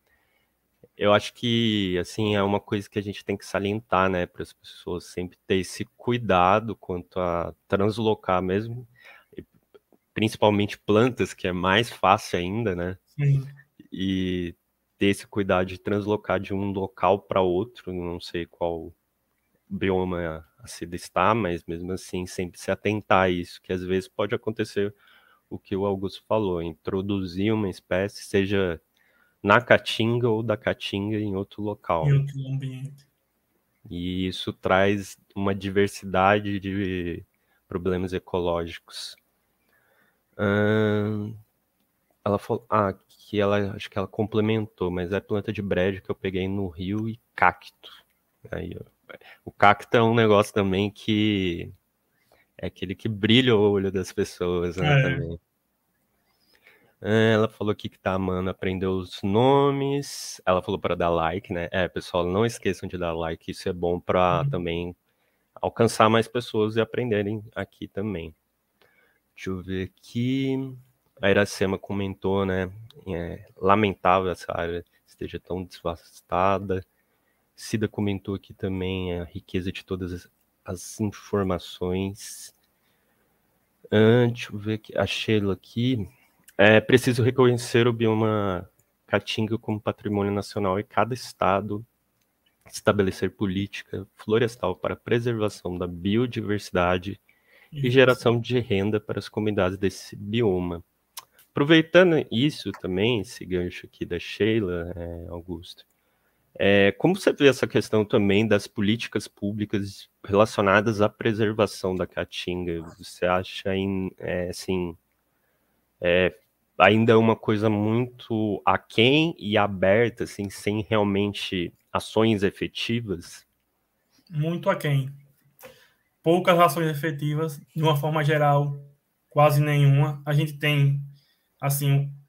Eu acho que, assim, é uma coisa que a gente tem que salientar, né, para as pessoas sempre ter esse cuidado quanto a translocar mesmo, e principalmente plantas, que é mais fácil ainda, né, Sim. e ter esse cuidado de translocar de um local para outro, não sei qual bioma a Cida está, mas mesmo assim sempre se atentar a isso, que às vezes pode acontecer o que o Augusto falou, introduzir uma espécie, seja na Caatinga ou da Caatinga em outro Em local. outro ambiente. E isso traz uma diversidade de problemas ecológicos. Ahn, ela falou, ah, que ela, acho que ela complementou, mas é planta de brejo que eu peguei no Rio e cacto. Aí, ó. O cacto é um negócio também que é aquele que brilha o olho das pessoas, né, É, também. Ah, ela falou aqui que tá amando aprender os nomes. Ela falou para dar like, né? É, pessoal, não esqueçam de dar like, isso é bom para sim. também alcançar mais pessoas e aprenderem aqui também. Deixa eu ver aqui. A Iracema comentou, né? É lamentável essa área esteja tão devastada. Cida comentou aqui também a riqueza de todas as, as informações. Ah, deixa eu ver aqui. A Sheila aqui. É preciso reconhecer o bioma caatinga como patrimônio nacional e cada estado estabelecer política florestal para a preservação da biodiversidade e Isso. geração de renda para as comunidades desse bioma. Aproveitando isso também, esse gancho aqui da Sheila, é, Augusto, é, como você vê essa questão também das políticas públicas relacionadas à preservação da caatinga? Você acha, em, é, assim, ainda é uma coisa muito aquém e aberta, assim, sem realmente ações efetivas? Muito aquém. Poucas ações efetivas, de uma forma geral, quase nenhuma. A gente tem, assim,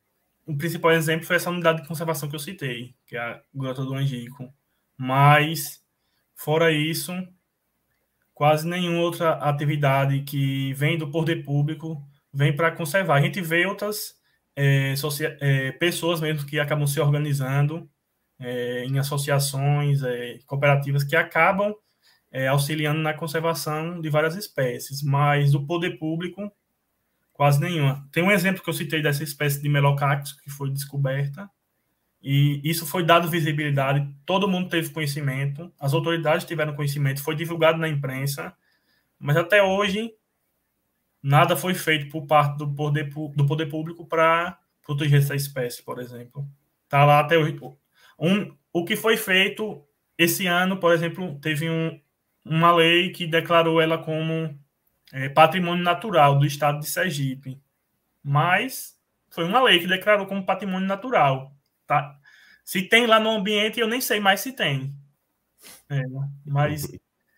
o principal exemplo foi essa unidade de conservação que eu citei, que é a Grota do Angico. Mas, fora isso, quase nenhuma outra atividade que vem do poder público vem para conservar. A gente vê outras é, é, pessoas mesmo que acabam se organizando é, em associações, é, cooperativas que acabam é, auxiliando na conservação de várias espécies, mas do poder público, quase nenhuma. Tem um exemplo que eu citei dessa espécie de Melocactus que foi descoberta, e isso foi dado visibilidade, todo mundo teve conhecimento, as autoridades tiveram conhecimento, foi divulgado na imprensa, mas até hoje nada foi feito por parte do poder, do poder público para proteger essa espécie, por exemplo. Está lá até hoje. Um, o que foi feito esse ano, por exemplo, teve um, uma lei que declarou ela como é, patrimônio natural do estado de Sergipe. Mas foi uma lei que declarou como patrimônio natural. Tá? Se tem lá no ambiente, eu nem sei mais se tem. É, mas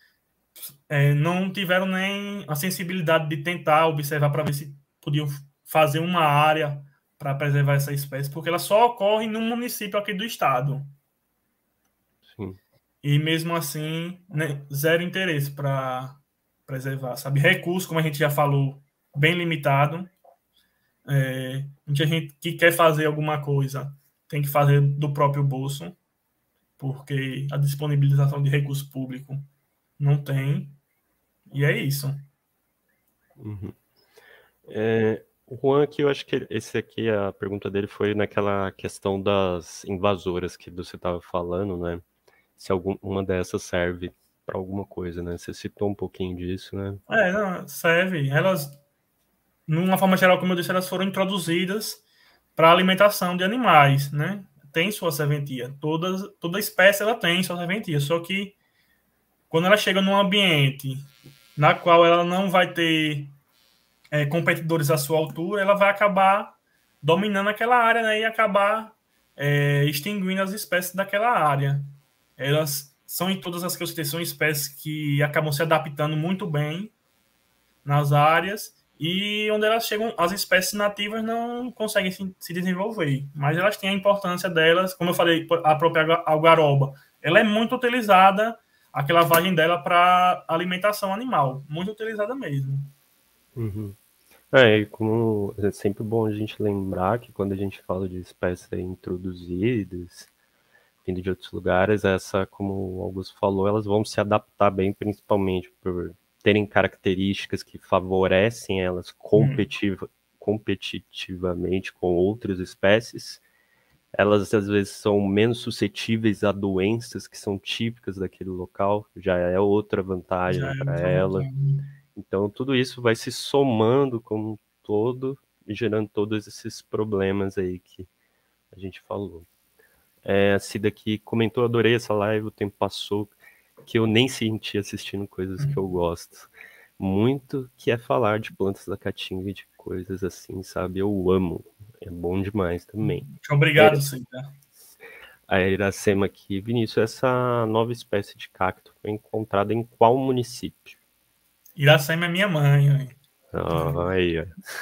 é, não tiveram nem a sensibilidade de tentar observar para ver se podiam fazer uma área para preservar essa espécie, porque ela só ocorre num município aqui do estado. Sim. E mesmo assim, né, zero interesse para preservar, sabe? Recurso, como a gente já falou, bem limitado. É, muita gente que quer fazer alguma coisa tem que fazer do próprio bolso, porque a disponibilização de recurso público não tem. E é isso. Uhum. É, o Juan aqui, eu acho que esse aqui, a pergunta dele foi naquela questão das invasoras que você estava falando, né? Se alguma dessas serve para alguma coisa, né? Você citou um pouquinho disso, né? É, não, serve. Elas, numa forma geral, como eu disse, elas foram introduzidas para alimentação de animais, né? Tem sua serventia. Toda, toda espécie ela tem sua serventia. Só que quando ela chega num ambiente na qual ela não vai ter é, competidores à sua altura, ela vai acabar dominando aquela área, né? E acabar é, extinguindo as espécies daquela área. Elas são em todas as que eu citei, são espécies que acabam se adaptando muito bem nas áreas e onde elas chegam, as espécies nativas não conseguem se, se desenvolver, mas elas têm a importância delas, como eu falei, a própria algaroba, ela é muito utilizada, aquela vagem dela para alimentação animal, muito utilizada mesmo. Uhum. É, e como é sempre bom a gente lembrar que quando a gente fala de espécies introduzidas, vindo de outros lugares, essa, como o Augusto falou, elas vão se adaptar bem, principalmente por terem características que favorecem elas competitiva, competitivamente com outras espécies. Elas, às vezes, são menos suscetíveis a doenças que são típicas daquele local, já é outra vantagem para ela. Então, tudo isso vai se somando como um todo e gerando todos esses problemas aí que a gente falou. É, a Cida aqui comentou, adorei essa live, o tempo passou, que eu nem senti assistindo coisas que eu gosto. Muito que é falar de plantas da caatinga e de coisas assim, sabe? Eu amo. É bom demais também. Obrigado, Cida. A Iracema aqui. Vinícius, essa nova espécie de cacto foi encontrada em qual município? Iracema é minha mãe. Ah, aí, ó.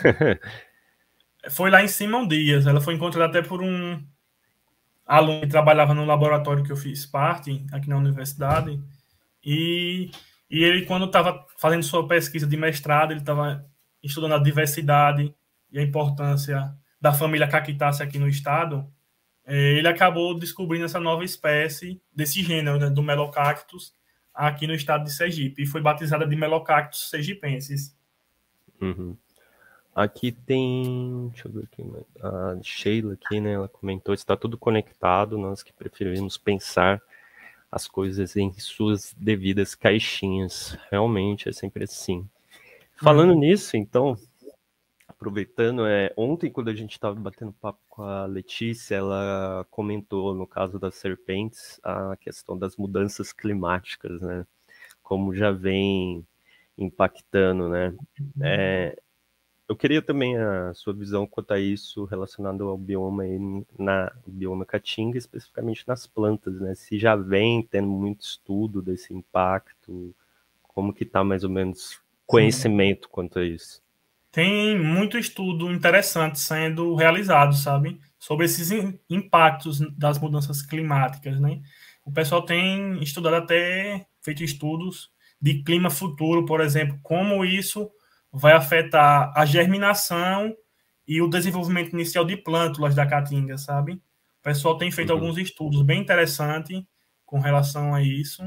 Foi lá em Simão Dias. Ela foi encontrada até por um aluno que trabalhava no laboratório que eu fiz parte, aqui na universidade. E, e ele, quando estava fazendo sua pesquisa de mestrado, ele estava estudando a diversidade e a importância da família Cactácea aqui no estado. Ele acabou descobrindo essa nova espécie desse gênero, né, do Melocactus, aqui no estado de Sergipe. E foi batizada de Melocactus sergipensis. Uhum. Aqui tem, deixa eu ver aqui, a Sheila aqui, né, ela comentou, está tudo conectado, nós que preferimos pensar as coisas em suas devidas caixinhas. Realmente é sempre assim. Falando uhum. nisso, então, aproveitando, é, ontem quando a gente estava batendo papo com a Letícia, ela comentou, no caso das serpentes, a questão das mudanças climáticas, né, como já vem impactando, né, é, eu queria também a sua visão quanto a isso relacionado ao bioma aí na bioma caatinga, especificamente nas plantas, né? Se já vem tendo muito estudo desse impacto, como que está mais ou menos conhecimento Sim. quanto a isso? Tem muito estudo interessante sendo realizado, sabe? Sobre esses in- impactos das mudanças climáticas, né? O pessoal tem estudado até, feito estudos de clima futuro, por exemplo, como isso vai afetar a germinação e o desenvolvimento inicial de plântulas da caatinga, sabe? O pessoal tem feito Uhum. alguns estudos bem interessantes com relação a isso.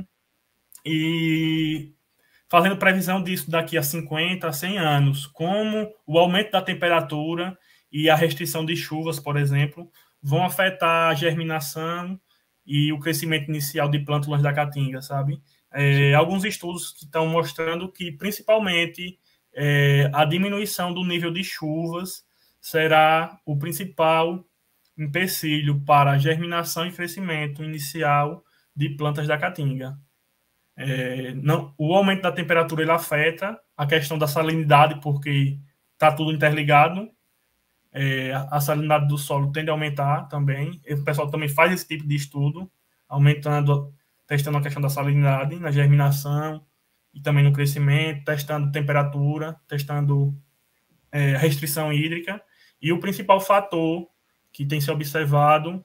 E fazendo previsão disso daqui a cinquenta, a cem anos, como o aumento da temperatura e a restrição de chuvas, por exemplo, vão afetar a germinação e o crescimento inicial de plântulas da caatinga, sabe? É, Sim. alguns estudos que estão mostrando que, principalmente, é, a diminuição do nível de chuvas será o principal empecilho para a germinação e crescimento inicial de plantas da caatinga. É, não, o aumento da temperatura ele afeta a questão da salinidade, porque está tudo interligado. É, a salinidade do solo tende a aumentar também. O pessoal também faz esse tipo de estudo, aumentando, testando a questão da salinidade na germinação e também no crescimento, testando temperatura, testando é, restrição hídrica. E o principal fator que tem se observado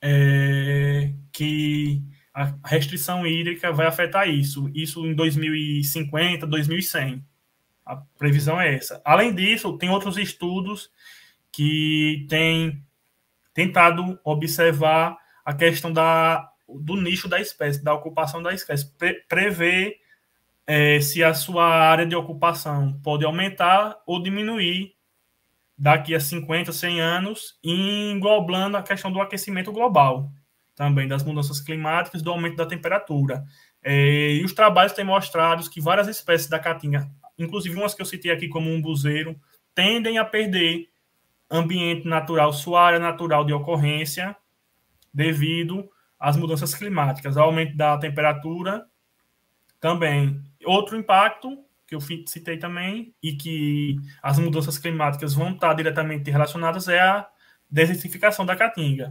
é que a restrição hídrica vai afetar isso. Isso em dois mil e cinquenta, dois mil e cem. A previsão é essa. Além disso, tem outros estudos que têm tentado observar a questão da, do nicho da espécie, da ocupação da espécie, pre prever é, se a sua área de ocupação pode aumentar ou diminuir daqui a cinquenta, cem anos, englobando a questão do aquecimento global, também das mudanças climáticas, do aumento da temperatura. É, e os trabalhos têm mostrado que várias espécies da caatinga, inclusive umas que eu citei aqui como um umbuzeiro, tendem a perder ambiente natural, sua área natural de ocorrência, devido às mudanças climáticas, ao aumento da temperatura também. Outro impacto que eu citei também e que as mudanças climáticas vão estar diretamente relacionadas é a desertificação da caatinga.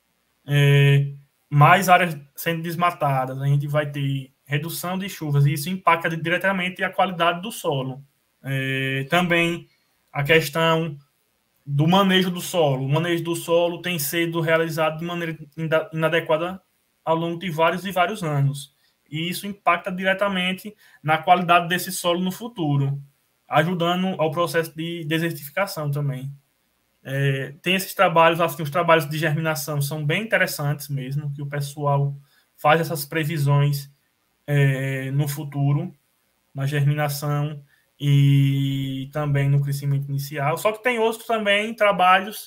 É, mais áreas sendo desmatadas, a gente vai ter redução de chuvas e isso impacta diretamente a qualidade do solo. É, também a questão do manejo do solo. O manejo do solo tem sido realizado de maneira inadequada ao longo de vários e vários anos. E isso impacta diretamente na qualidade desse solo no futuro, ajudando ao processo de desertificação também. É, tem esses trabalhos, assim, os trabalhos de germinação são bem interessantes mesmo, que o pessoal faz essas previsões é, no futuro, na germinação e também no crescimento inicial. Só que tem outros também trabalhos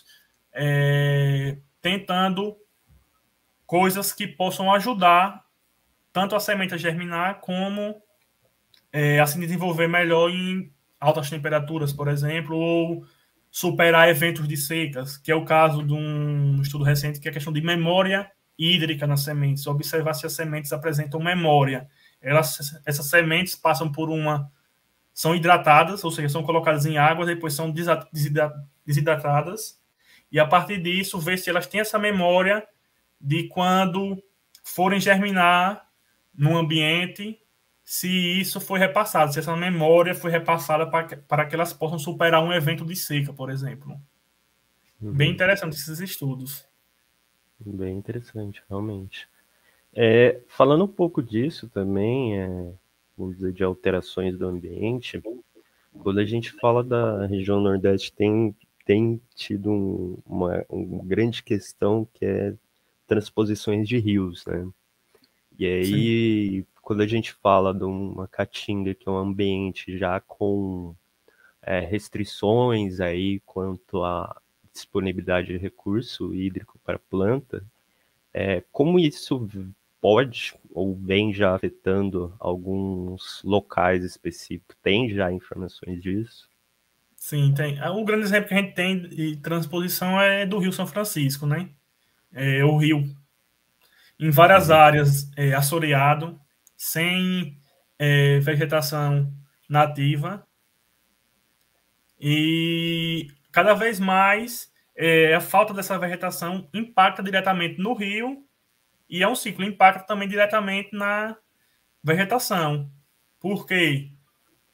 é, tentando coisas que possam ajudar tanto a semente a germinar como é, a se desenvolver melhor em altas temperaturas, por exemplo, ou superar eventos de secas, que é o caso de um estudo recente que é a questão de memória hídrica nas sementes, observar se as sementes apresentam memória. Elas, essas sementes passam por uma são hidratadas, ou seja, são colocadas em água, depois são desidratadas, e a partir disso, ver se elas têm essa memória de quando forem germinar no ambiente, se isso foi repassado, se essa memória foi repassada para, para que elas possam superar um evento de seca, por exemplo. Bem Uhum. interessante esses estudos. Bem interessante, realmente. É, falando um pouco disso também, é, vamos dizer, de alterações do ambiente, quando a gente fala da região Nordeste, tem, tem tido um, uma, uma grande questão que é transposições de rios, né? E Sim, aí, quando a gente fala de uma caatinga, que é um ambiente já com é, restrições aí quanto à disponibilidade de recurso hídrico para a planta, é, como isso pode ou vem já afetando alguns locais específicos? Tem já informações disso? sim, tem. O grande exemplo que a gente tem de transposição é do Rio São Francisco, né? É o rio em várias Uhum. áreas é, assoreado, sem é, vegetação nativa, e cada vez mais é, a falta dessa vegetação impacta diretamente no rio, e é um ciclo, impacta também diretamente na vegetação. Por quê?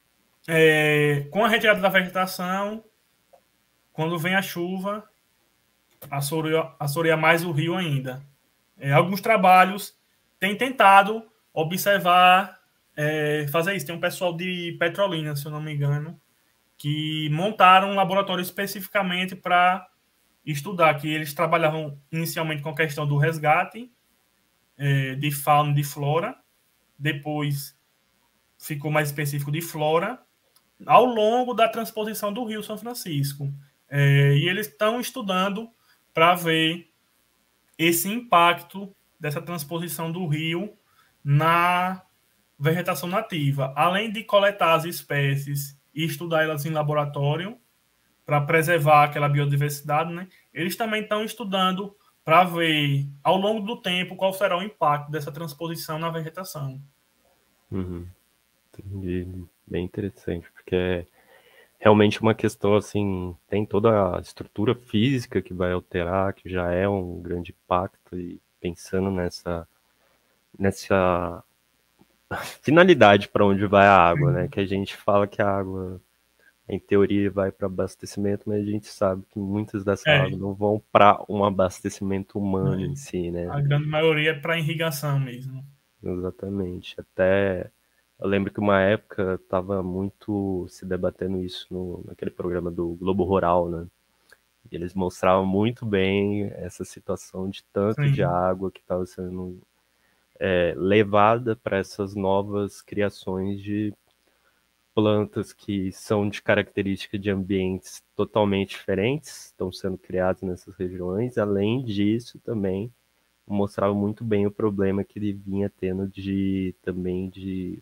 É, com a retirada da vegetação, quando vem a chuva, assoreia, assoreia mais o rio ainda. É, alguns trabalhos têm tentado observar, é, fazer isso. Tem um pessoal de Petrolina, se eu não me engano, que montaram um laboratório especificamente para estudar, que eles trabalhavam inicialmente com a questão do resgate é, de fauna e de flora, depois ficou mais específico de flora, ao longo da transposição do Rio São Francisco. É, e eles estão estudando para ver esse impacto dessa transposição do rio na vegetação nativa. Além de coletar as espécies e estudar elas em laboratório para preservar aquela biodiversidade, né? Eles também estão estudando para ver, ao longo do tempo, qual será o impacto dessa transposição na vegetação. Uhum. Entendi. Bem interessante, porque é realmente uma questão assim, tem toda a estrutura física que vai alterar, que já é um grande impacto, e pensando nessa, nessa finalidade para onde vai a água, né? Que a gente fala que a água, em teoria, vai para abastecimento, mas a gente sabe que muitas dessa É, água não vão para um abastecimento humano é. em si, né? A grande maioria é para irrigação mesmo. Exatamente. Até eu lembro que uma época estava muito se debatendo isso no, naquele programa do Globo Rural, né? E eles mostravam muito bem essa situação de tanto de Sim, água que estava sendo é, levada para essas novas criações de plantas que são de característica de ambientes totalmente diferentes, estão sendo criados nessas regiões. Além disso, também mostrava muito bem o problema que ele vinha tendo de também de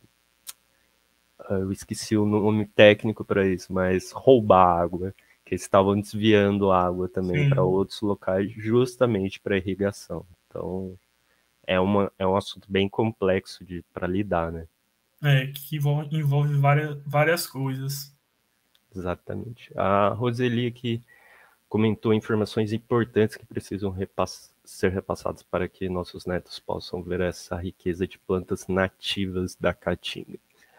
eu esqueci o nome técnico para isso, mas roubar água, que eles estavam desviando água também para sim. outros locais justamente para irrigação. Então é, uma, é um assunto bem complexo de para lidar, né? É, que envolve, envolve várias, várias coisas. Exatamente. A Roseli aqui comentou informações importantes que precisam repass ser repassadas para que nossos netos possam ver essa riqueza de plantas nativas da Caatinga.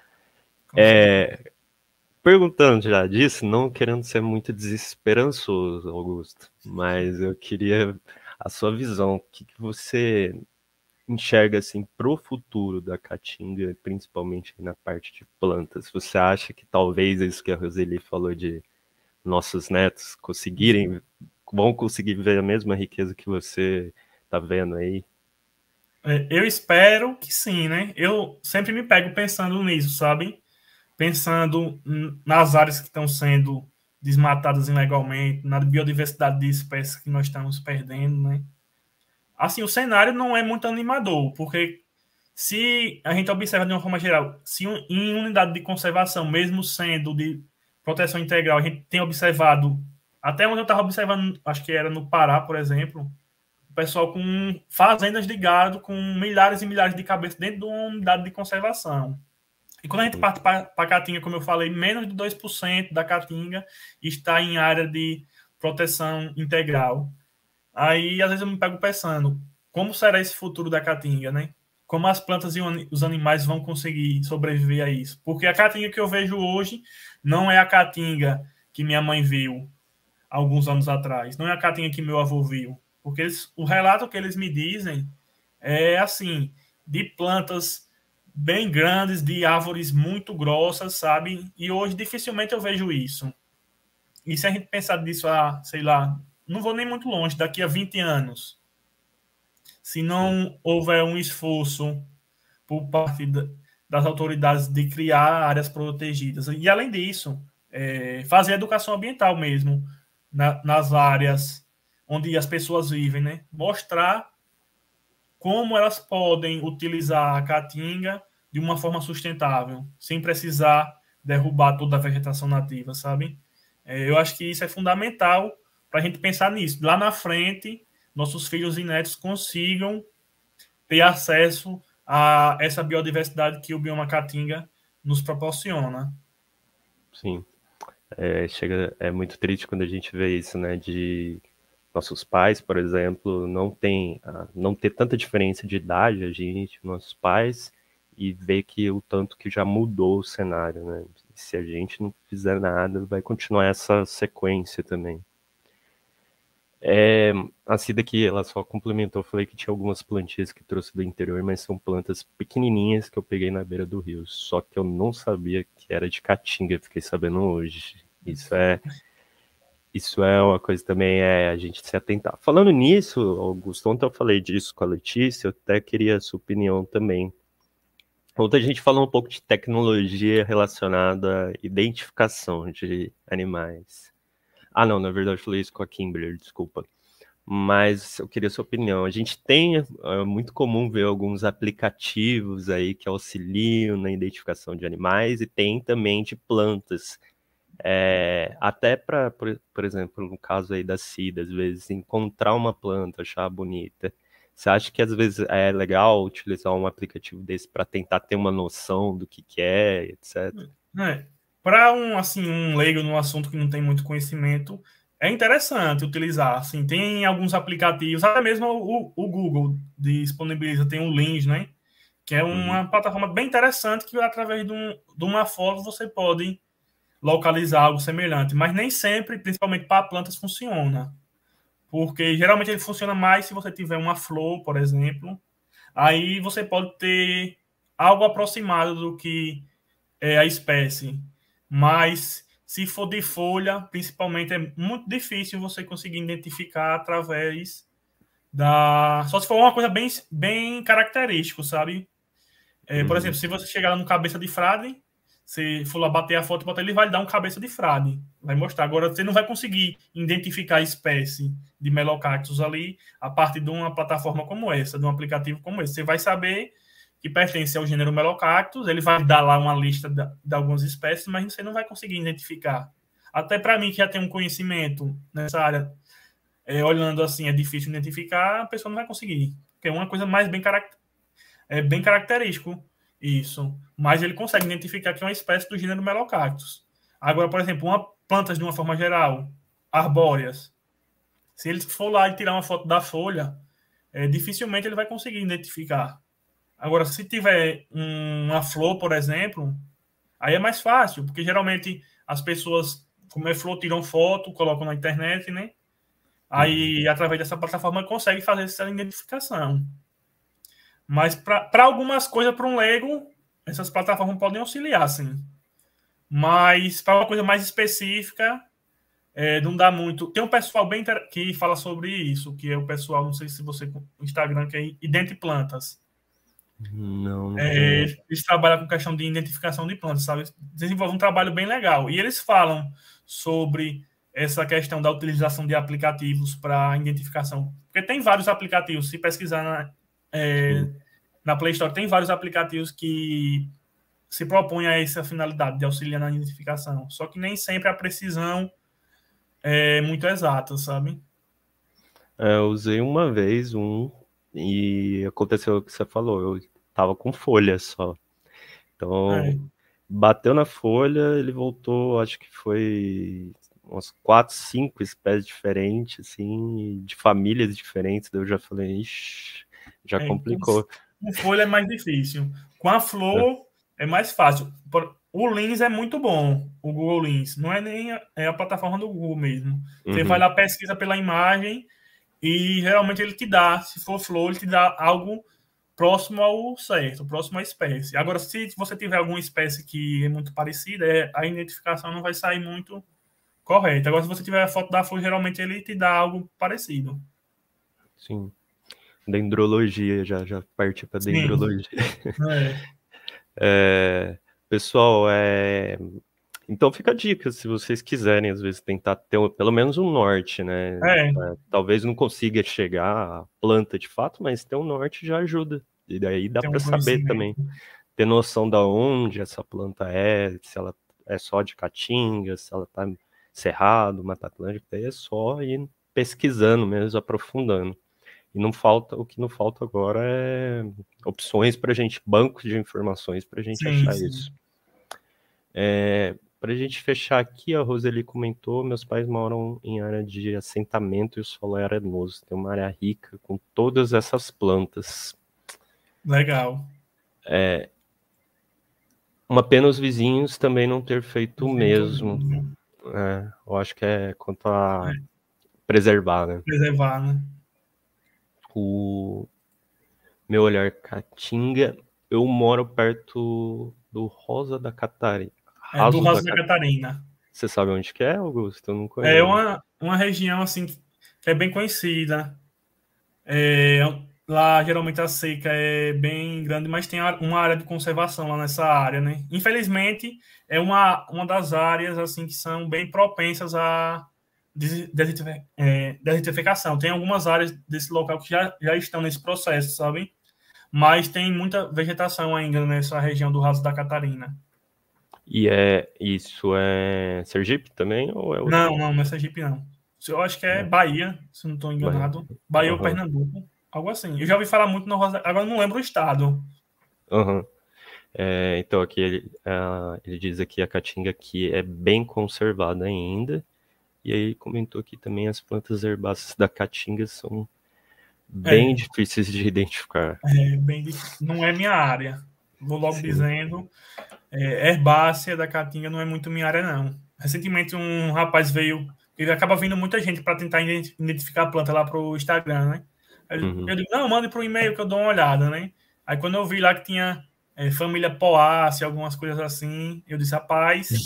Com certeza. Perguntando já disso, não querendo ser muito desesperançoso, Augusto, mas eu queria a sua visão. O que, que você enxerga assim pro futuro da Caatinga, principalmente na parte de plantas? Você acha que talvez isso que a Roseli falou de nossos netos conseguirem, vão conseguir ver a mesma riqueza que você está vendo aí? É, eu espero que sim, né? Eu sempre me pego pensando nisso, sabe? Pensando n- nas áreas que estão sendo desmatadas ilegalmente, na biodiversidade de espécies que nós estamos perdendo, né? Assim, o cenário não é muito animador, porque se a gente observa de uma forma geral, se um- em unidade de conservação, mesmo sendo de proteção integral, a gente tem observado, até onde eu estava observando, acho que era no Pará, por exemplo, o pessoal com fazendas de gado com milhares e milhares de cabeças dentro de uma unidade de conservação. E quando a gente parte para a Caatinga, como eu falei, menos de dois por cento da Caatinga está em área de proteção integral. Aí, às vezes, eu me pego pensando, como será esse futuro da Caatinga, né? Como as plantas e os animais vão conseguir sobreviver a isso? Porque a Caatinga que eu vejo hoje não é a Caatinga que minha mãe viu alguns anos atrás, não é a Caatinga que meu avô viu. Porque eles, o relato que eles me dizem é assim, de plantas bem grandes, de árvores muito grossas, sabe? E hoje dificilmente eu vejo isso. E se a gente pensar disso a, sei lá, não vou nem muito longe, daqui a vinte anos, se Sim, não houver um esforço por parte das autoridades de criar áreas protegidas, e além disso, é, fazer educação ambiental mesmo, na, nas áreas onde as pessoas vivem, né? Mostrar como elas podem utilizar a caatinga de uma forma sustentável, sem precisar derrubar toda a vegetação nativa, sabe? É, eu acho que isso é fundamental para a gente pensar nisso. Lá na frente, nossos filhos e netos consigam ter acesso a essa biodiversidade que o bioma caatinga nos proporciona. sim. É, chega, é muito triste quando a gente vê isso, né? De nossos pais, por exemplo, não tem, ah, não ter tanta diferença de idade, a gente, nossos pais, e ver que o tanto que já mudou o cenário, né? Se a gente não fizer nada, vai continuar essa sequência também. É, a Cida aqui, ela só complementou, eu falei que tinha algumas plantinhas que trouxe do interior, mas são plantas pequenininhas que eu peguei na beira do rio, só que eu não sabia que era de caatinga, fiquei sabendo hoje. Isso é, isso é uma coisa também, é a gente se atentar. Falando nisso, Augusto, ontem eu falei disso com a Letícia, eu até queria a sua opinião também. Ontem a gente falou um pouco de tecnologia relacionada à identificação de animais. Ah, não, na verdade eu falei isso com a Kimberly, desculpa. Mas eu queria a sua opinião. A gente tem, é muito comum ver alguns aplicativos aí que auxiliam na identificação de animais e tem também de plantas. É, até para, por, por exemplo, no caso aí da Cida, às vezes encontrar uma planta, achar bonita. Você acha que às vezes é legal utilizar um aplicativo desse para tentar ter uma noção do que, que é, etcétera? É, para um assim um leigo no assunto que não tem muito conhecimento, é interessante utilizar. Assim, tem alguns aplicativos, até mesmo o, o Google disponibiliza, tem o Lens, né? Que é Uhum. uma plataforma bem interessante que através de, um, de uma foto você pode localizar algo semelhante, mas nem sempre, principalmente para plantas, funciona. Porque geralmente ele funciona mais se você tiver uma flor, por exemplo. Aí você pode ter algo aproximado do que é a espécie. Mas se for de folha, principalmente, é muito difícil você conseguir identificar através da. Só se for uma coisa bem, bem característica, sabe? É, por exemplo, Uhum. se você chegar lá no cabeça de frade, se for lá bater a foto e botar, ele vai dar um cabeça de frade. Vai mostrar. Agora, você não vai conseguir identificar a espécie de Melocactus ali a partir de uma plataforma como essa, de um aplicativo como esse. Você vai saber que pertence ao gênero Melocactus, ele vai dar lá uma lista de, de algumas espécies, mas você não vai conseguir identificar. Até para mim, que já tem um conhecimento nessa área, é, olhando assim, é difícil identificar, a pessoa não vai conseguir. Porque é uma coisa mais bem característica é bem característico isso. Mas ele consegue identificar que é uma espécie do gênero Melocactus. Agora, por exemplo, uma, plantas de uma forma geral, arbóreas, se ele for lá e tirar uma foto da folha, é, dificilmente ele vai conseguir identificar. Agora, se tiver um, uma flor, por exemplo, aí é mais fácil, porque geralmente as pessoas, como é flor, tiram foto, colocam na internet, né? Uhum. Aí, através dessa plataforma, consegue fazer essa identificação. Mas para algumas coisas, para um leigo, essas plataformas podem auxiliar, sim. Mas para uma coisa mais específica, é, não dá muito. Tem um pessoal bem inter... que fala sobre isso, que é o pessoal, não sei se você no Instagram, que é Idente Plantas. Não, não É, conheço. eles trabalham com questão de identificação de plantas, sabe? Desenvolvem um trabalho bem legal. E eles falam sobre essa questão da utilização de aplicativos para identificação. Porque tem vários aplicativos, se pesquisar na, é, Sim. na Play Store, tem vários aplicativos que se propõem a essa finalidade de auxiliar na identificação. Só que nem sempre a precisão é muito exata, sabe? É, eu usei uma vez um e aconteceu o que você falou, eu tava com folha só. Então, É, bateu na folha, ele voltou, acho que foi umas quatro, cinco espécies diferentes, assim, de famílias diferentes. Daí eu já falei, ixi, já é, com, complicou. com folha é mais difícil. Com a É. flor é mais fácil. O Lens é muito bom, o Google Lens. Não é nem a, é a plataforma do Google mesmo. Você vai Uhum, lá, pesquisa pela imagem e geralmente ele te dá, se for flor, ele te dá algo próximo ao certo, próximo à espécie. Agora, se você tiver alguma espécie que é muito parecida, é, a identificação não vai sair muito correta. Agora, se você tiver a foto da flor, geralmente ele te dá algo parecido. sim. Dendrologia, já, já parti para Sim, dendrologia. é, É, pessoal, é, então fica a dica, se vocês quiserem, às vezes, tentar ter um- pelo menos um norte, né? é, É, talvez não consiga chegar à planta de fato, mas ter um norte já ajuda. E daí dá tem para um saber conhecimento. também. Ter noção da onde essa planta é, se ela é só de caatinga, se ela tá cerrado, Mata Atlântica, daí é só ir pesquisando mesmo, aprofundando. E não falta, o que não falta agora é opções para a gente, bancos de informações para a gente Sim, achar sim. isso. É, para a gente fechar aqui, a Roseli comentou, meus pais moram em área de assentamento e o solo é arenoso. Tem uma área rica com todas essas plantas. Legal. Uma pena os vizinhos também não ter feito o Feito mesmo. mesmo. É, eu acho que é quanto a É, preservar, né? preservar, né? O meu olhar Caatinga, eu moro perto do Rosa da Catarina. É do Raso da Raso da Catarina. Catarina. Você sabe onde que é, Augusto? Eu não É conheço. uma, uma região assim que é bem conhecida. É, lá geralmente a seca é bem grande, mas tem a- uma área de conservação lá nessa área, né? Infelizmente, é uma, uma das áreas assim que são bem propensas à des- desertifi- é, desertificação. Tem algumas áreas desse local que já, já estão nesse processo, sabe? Mas tem muita vegetação ainda nessa região do Raso da Catarina. E é isso é Sergipe também ou é outro Não, lugar? não, não é Sergipe, não. Eu acho que é Não, Bahia, se não estou Bahia. enganado. Bahia ou Aham, Pernambuco, algo assim. Eu já ouvi falar muito no Rosa, agora eu não lembro o estado. aham. É, então aqui ele, ah, ele diz aqui a caatinga que é bem conservada ainda. E aí comentou aqui também as plantas herbáceas da caatinga são bem É, difíceis de identificar. é bem difícil. Não é minha área. Vou logo Sim. dizendo. É, herbácea da Caatinga não é muito minha área, não. Recentemente um rapaz veio, ele acaba vindo muita gente para tentar ident- identificar a planta lá pro Instagram, né? Aí Uhum. eu digo, não, mande pro e-mail que eu dou uma olhada, né? Aí quando eu vi lá que tinha é, família Poácea, algumas coisas assim, eu disse, rapaz,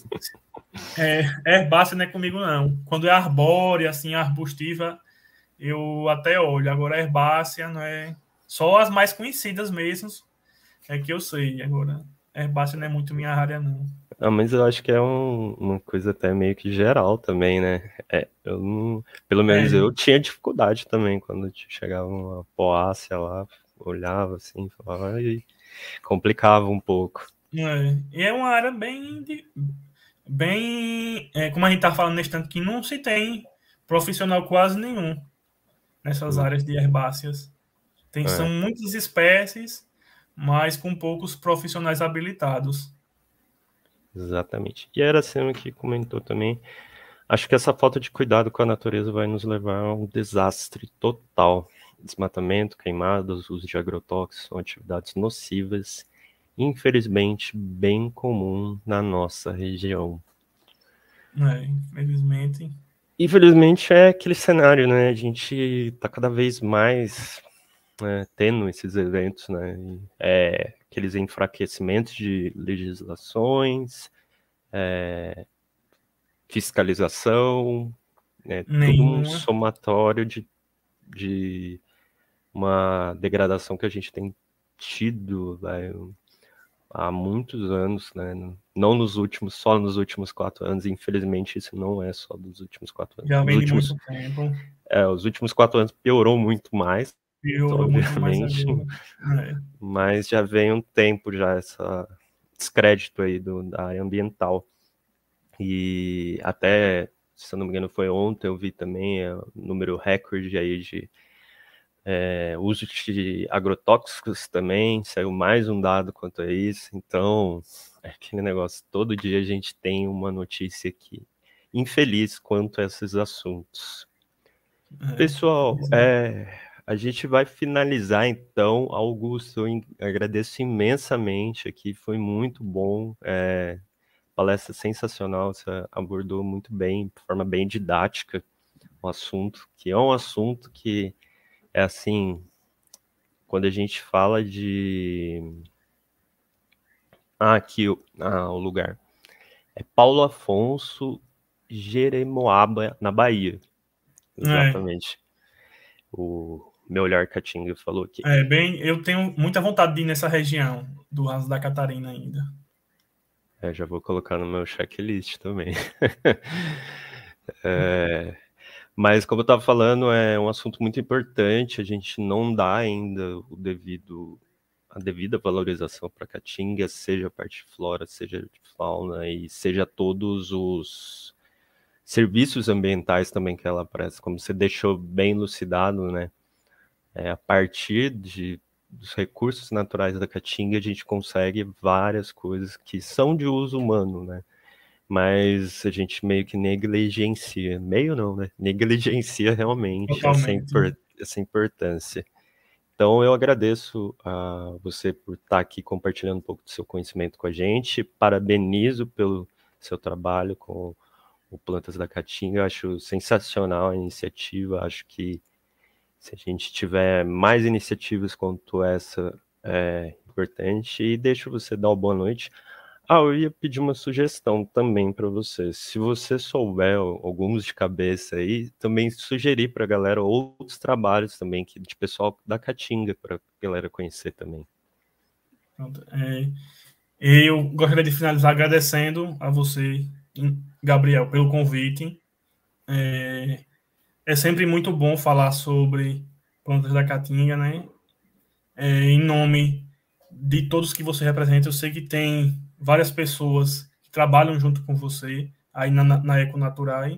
é, herbácea não é comigo, não. Quando é arbórea, assim, arbustiva, eu até olho. Agora, herbácea não é. Só as mais conhecidas mesmo é que eu sei. Agora, herbácea não é muito minha área, não. Ah, mas eu acho que é um- uma coisa até meio que geral também, né? É, eu não, pelo menos É, eu tinha dificuldade também quando chegava uma poácea lá, olhava assim, falava, e complicava um pouco. é. E é uma área bem, de- bem, é, como a gente está falando nesse tanto, que não se tem profissional quase nenhum nessas Hum, áreas de herbáceas. Tem, são É, muitas espécies, mas com poucos profissionais habilitados. exatamente. E a Iracema que comentou também, acho que essa falta de cuidado com a natureza vai nos levar a um desastre total. Desmatamento, queimadas, uso de agrotóxicos são atividades nocivas, infelizmente bem comum na nossa região. É, infelizmente. Infelizmente é aquele cenário, né? A gente tá cada vez mais, né, tendo esses eventos, né? E é, aqueles enfraquecimentos de legislações, é, fiscalização, né? Tudo um Nenhuma. somatório de, de uma degradação que a gente tem tido, vai, há muitos anos, né? Não nos últimos, só nos últimos quatro anos. Infelizmente, isso não é só dos últimos quatro anos. Já Os vem de últimos, muito tempo. é, os últimos quatro anos piorou muito mais, Piorou muito mais obviamente, agora. É. mas já vem um tempo já essa descrédito aí do, da área ambiental. E até, se eu não me engano, foi ontem, eu vi também é, o número recorde aí de é, uso de agrotóxicos também, saiu mais um dado quanto a isso, então é aquele negócio, todo dia a gente tem uma notícia aqui, infeliz quanto a esses assuntos. É, Pessoal, infelizmente. é, a gente vai finalizar então. Augusto, eu agradeço imensamente aqui, foi muito bom, é, palestra sensacional, você abordou muito bem, de forma bem didática, o assunto, que é um assunto que é assim, quando a gente fala de... Ah, aqui, ah, o lugar. É Paulo Afonso Jeremoabo, na Bahia, É, exatamente. O meu olhar Caatinga falou aqui. é bem. Eu tenho muita vontade de ir nessa região do Raso da Catarina ainda. É, já vou colocar no meu checklist também. É, mas como eu estava falando, é um assunto muito importante. A gente não dá ainda o devido, a devida valorização para a Caatinga, seja a parte de flora, seja de fauna e seja todos os serviços ambientais também que ela presta, como você deixou bem elucidado, né? É, a partir de, dos recursos naturais da Caatinga, a gente consegue várias coisas que são de uso humano, né? Mas a gente meio que negligencia, meio não, né? Negligencia realmente essa, Totalmente. impor, essa importância. Então, eu agradeço a você por estar aqui compartilhando um pouco do seu conhecimento com a gente. Parabenizo pelo seu trabalho com o Plantas da Caatinga. Eu acho sensacional a iniciativa. Acho que se a gente tiver mais iniciativas quanto essa, é importante. E deixo você dar uma boa noite. Ah, eu ia pedir uma sugestão também para você. Se você souber alguns de cabeça aí, também sugerir para a galera outros trabalhos também que de pessoal da Caatinga para a galera conhecer também. É, eu gostaria de finalizar agradecendo a você, Gabriel, pelo convite. É, é sempre muito bom falar sobre Plantas da Caatinga, né? É, em nome de todos que você representa, eu sei que tem várias pessoas que trabalham junto com você aí na, na Econaturai.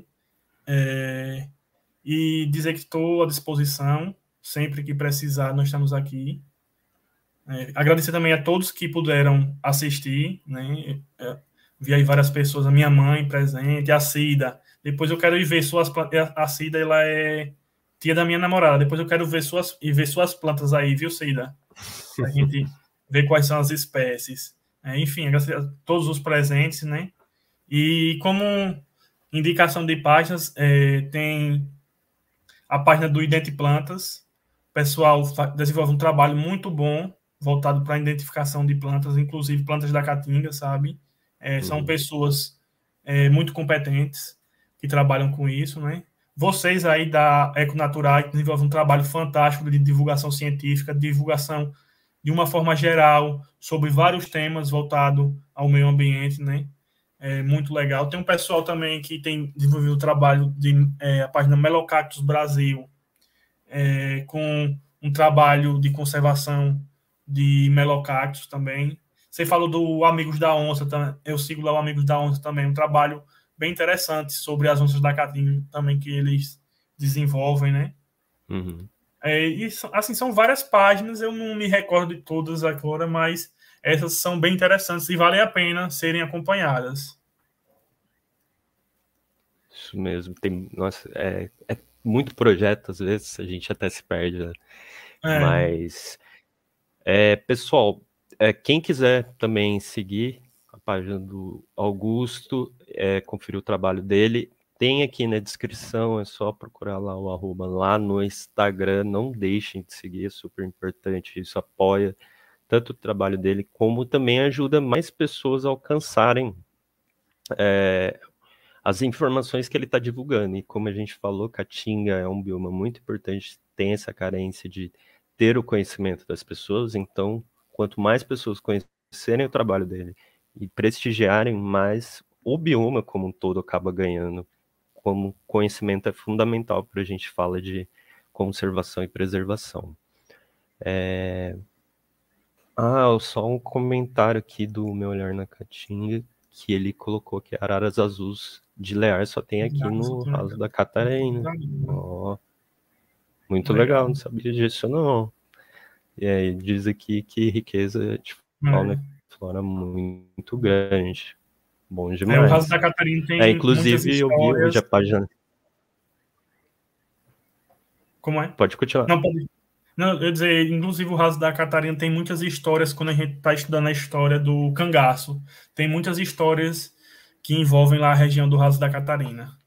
É, e dizer que estou à disposição, sempre que precisar, nós estamos aqui. É, agradecer também a todos que puderam assistir, né? É, vi aí várias pessoas, a minha mãe presente, a Cida. Depois eu quero ir ver suas plantas. A Cida, ela é tia da minha namorada. Depois eu quero ver suas e ver suas plantas aí, viu, Cida? Pra gente ver quais são as espécies. É, enfim, agradecer a todos os presentes, né? E como indicação de páginas, é, tem a página do Idente Plantas. O pessoal desenvolve um trabalho muito bom voltado para a identificação de plantas, inclusive plantas da Caatinga, sabe? É, são uhum. pessoas é, muito competentes que trabalham com isso, né? Vocês aí da Econaturai desenvolvem um trabalho fantástico de divulgação científica, divulgação de uma forma geral sobre vários temas voltados ao meio ambiente, né? É muito legal. Tem um pessoal também que tem desenvolvido o trabalho de é, a página Melocactus Brasil, é, com um trabalho de conservação de melocactus também. Você falou do Amigos da Onça, eu sigo lá o Amigos da Onça também, um trabalho bem interessante sobre as onças da Caatinga também que eles desenvolvem, né? Uhum. É, e assim, são várias páginas, eu não me recordo de todas agora, mas essas são bem interessantes e valem a pena serem acompanhadas. Isso mesmo, tem, nossa, é, é muito projeto, às vezes a gente até se perde, né? É. Mas, é, pessoal, é, quem quiser também seguir a página do Augusto, é, conferir o trabalho dele, tem aqui na descrição, é só procurar lá o arroba lá no Instagram, não deixem de seguir, é super importante, isso apoia tanto o trabalho dele, como também ajuda mais pessoas a alcançarem é, as informações que ele está divulgando. E como a gente falou, Caatinga é um bioma muito importante, tem essa carência de ter o conhecimento das pessoas, então quanto mais pessoas conhecerem o trabalho dele e prestigiarem mais, o bioma como um todo acaba ganhando, como conhecimento é fundamental para a gente falar de conservação e preservação. É... Ah, só um comentário aqui do Meu Olhar na Caatinga, que ele colocou que araras azuis de Lear só tem aqui no Raso da Catarina. Oh, muito legal. legal, não sabia disso não. E aí diz aqui que riqueza de fauna é. e flora muito grande. Bom demais. É, o Raso da Catarina tem é, inclusive eu vi hoje a página. Como é? Pode continuar. Não, pode. Não, eu ia dizer, inclusive o Raso da Catarina tem muitas histórias quando a gente está estudando a história do cangaço. Tem muitas histórias que envolvem lá a região do Raso da Catarina.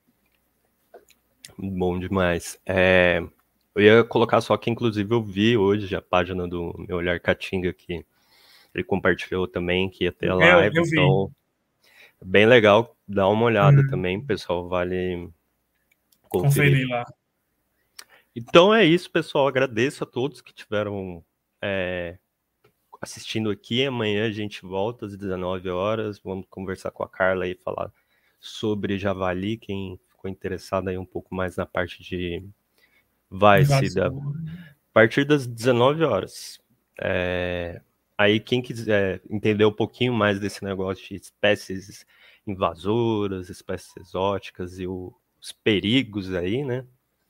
Bom demais. É, eu ia colocar só que, inclusive, eu vi hoje a página do Meu Olhar Caatinga que ele compartilhou também, que ia ter live. Eu, eu então, vi. bem legal. Dá uma olhada hum. também, pessoal. Vale conferir. Conferir lá. Então é isso, pessoal. Agradeço a todos que tiveram é, assistindo aqui. Amanhã a gente volta às dezenove horas. Vamos conversar com a Carla e falar sobre javali. Quem ficou interessado aí um pouco mais na parte de vai se dar a partir das dezenove horas. É, aí quem quiser entender um pouquinho mais desse negócio de espécies invasoras, espécies exóticas e o, os perigos aí, né?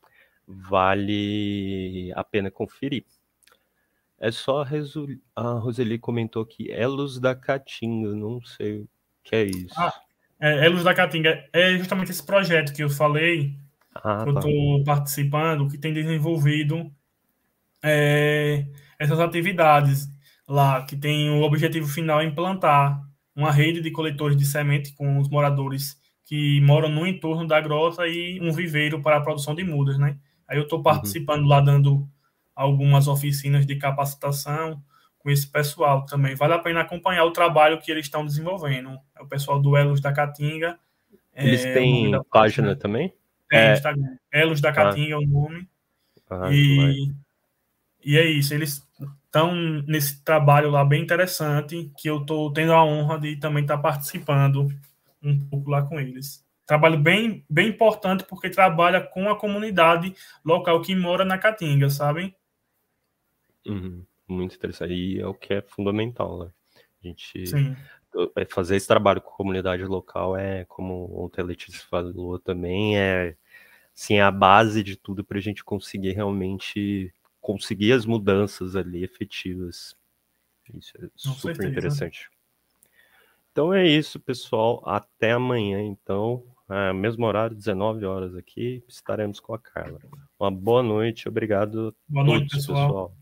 Vale a pena conferir. É só a Roseli comentou aqui, Elos da Caatinga, não sei o que é isso. Ah, é, Elos da Caatinga é justamente esse projeto que eu falei, ah, que eu estou tá. participando, que tem desenvolvido é, essas atividades lá, que tem o objetivo final é implantar uma rede de coletores de semente com os moradores que moram no entorno da grota e um viveiro para a produção de mudas, né? Aí eu estou Uhum. participando lá, dando algumas oficinas de capacitação com esse pessoal também. Vale a pena acompanhar o trabalho que eles estão desenvolvendo. É o pessoal do Elos da Caatinga, Eles é o nome têm da página página. também? Tem É, Instagram. Elos da ah, Caatinga é o nome. ah, joia. E, e é isso, eles estão nesse trabalho lá bem interessante, que eu estou tendo a honra de também estar participando um pouco lá com eles. Trabalho bem, bem importante, porque trabalha com a comunidade local que mora na Caatinga, sabe? Uhum. Muito interessante. E é o que é fundamental, né? A gente Sim, é, fazer esse trabalho com a comunidade local é, como ontem a Letícia falou também, é assim, a base de tudo para a gente conseguir realmente conseguir as mudanças ali efetivas. Isso é com super certeza. interessante. Então é isso, pessoal. Até amanhã, então. É, mesmo horário, dezenove horas aqui, estaremos com a Carla. Uma boa noite, obrigado a Boa noite, todos, pessoal. pessoal.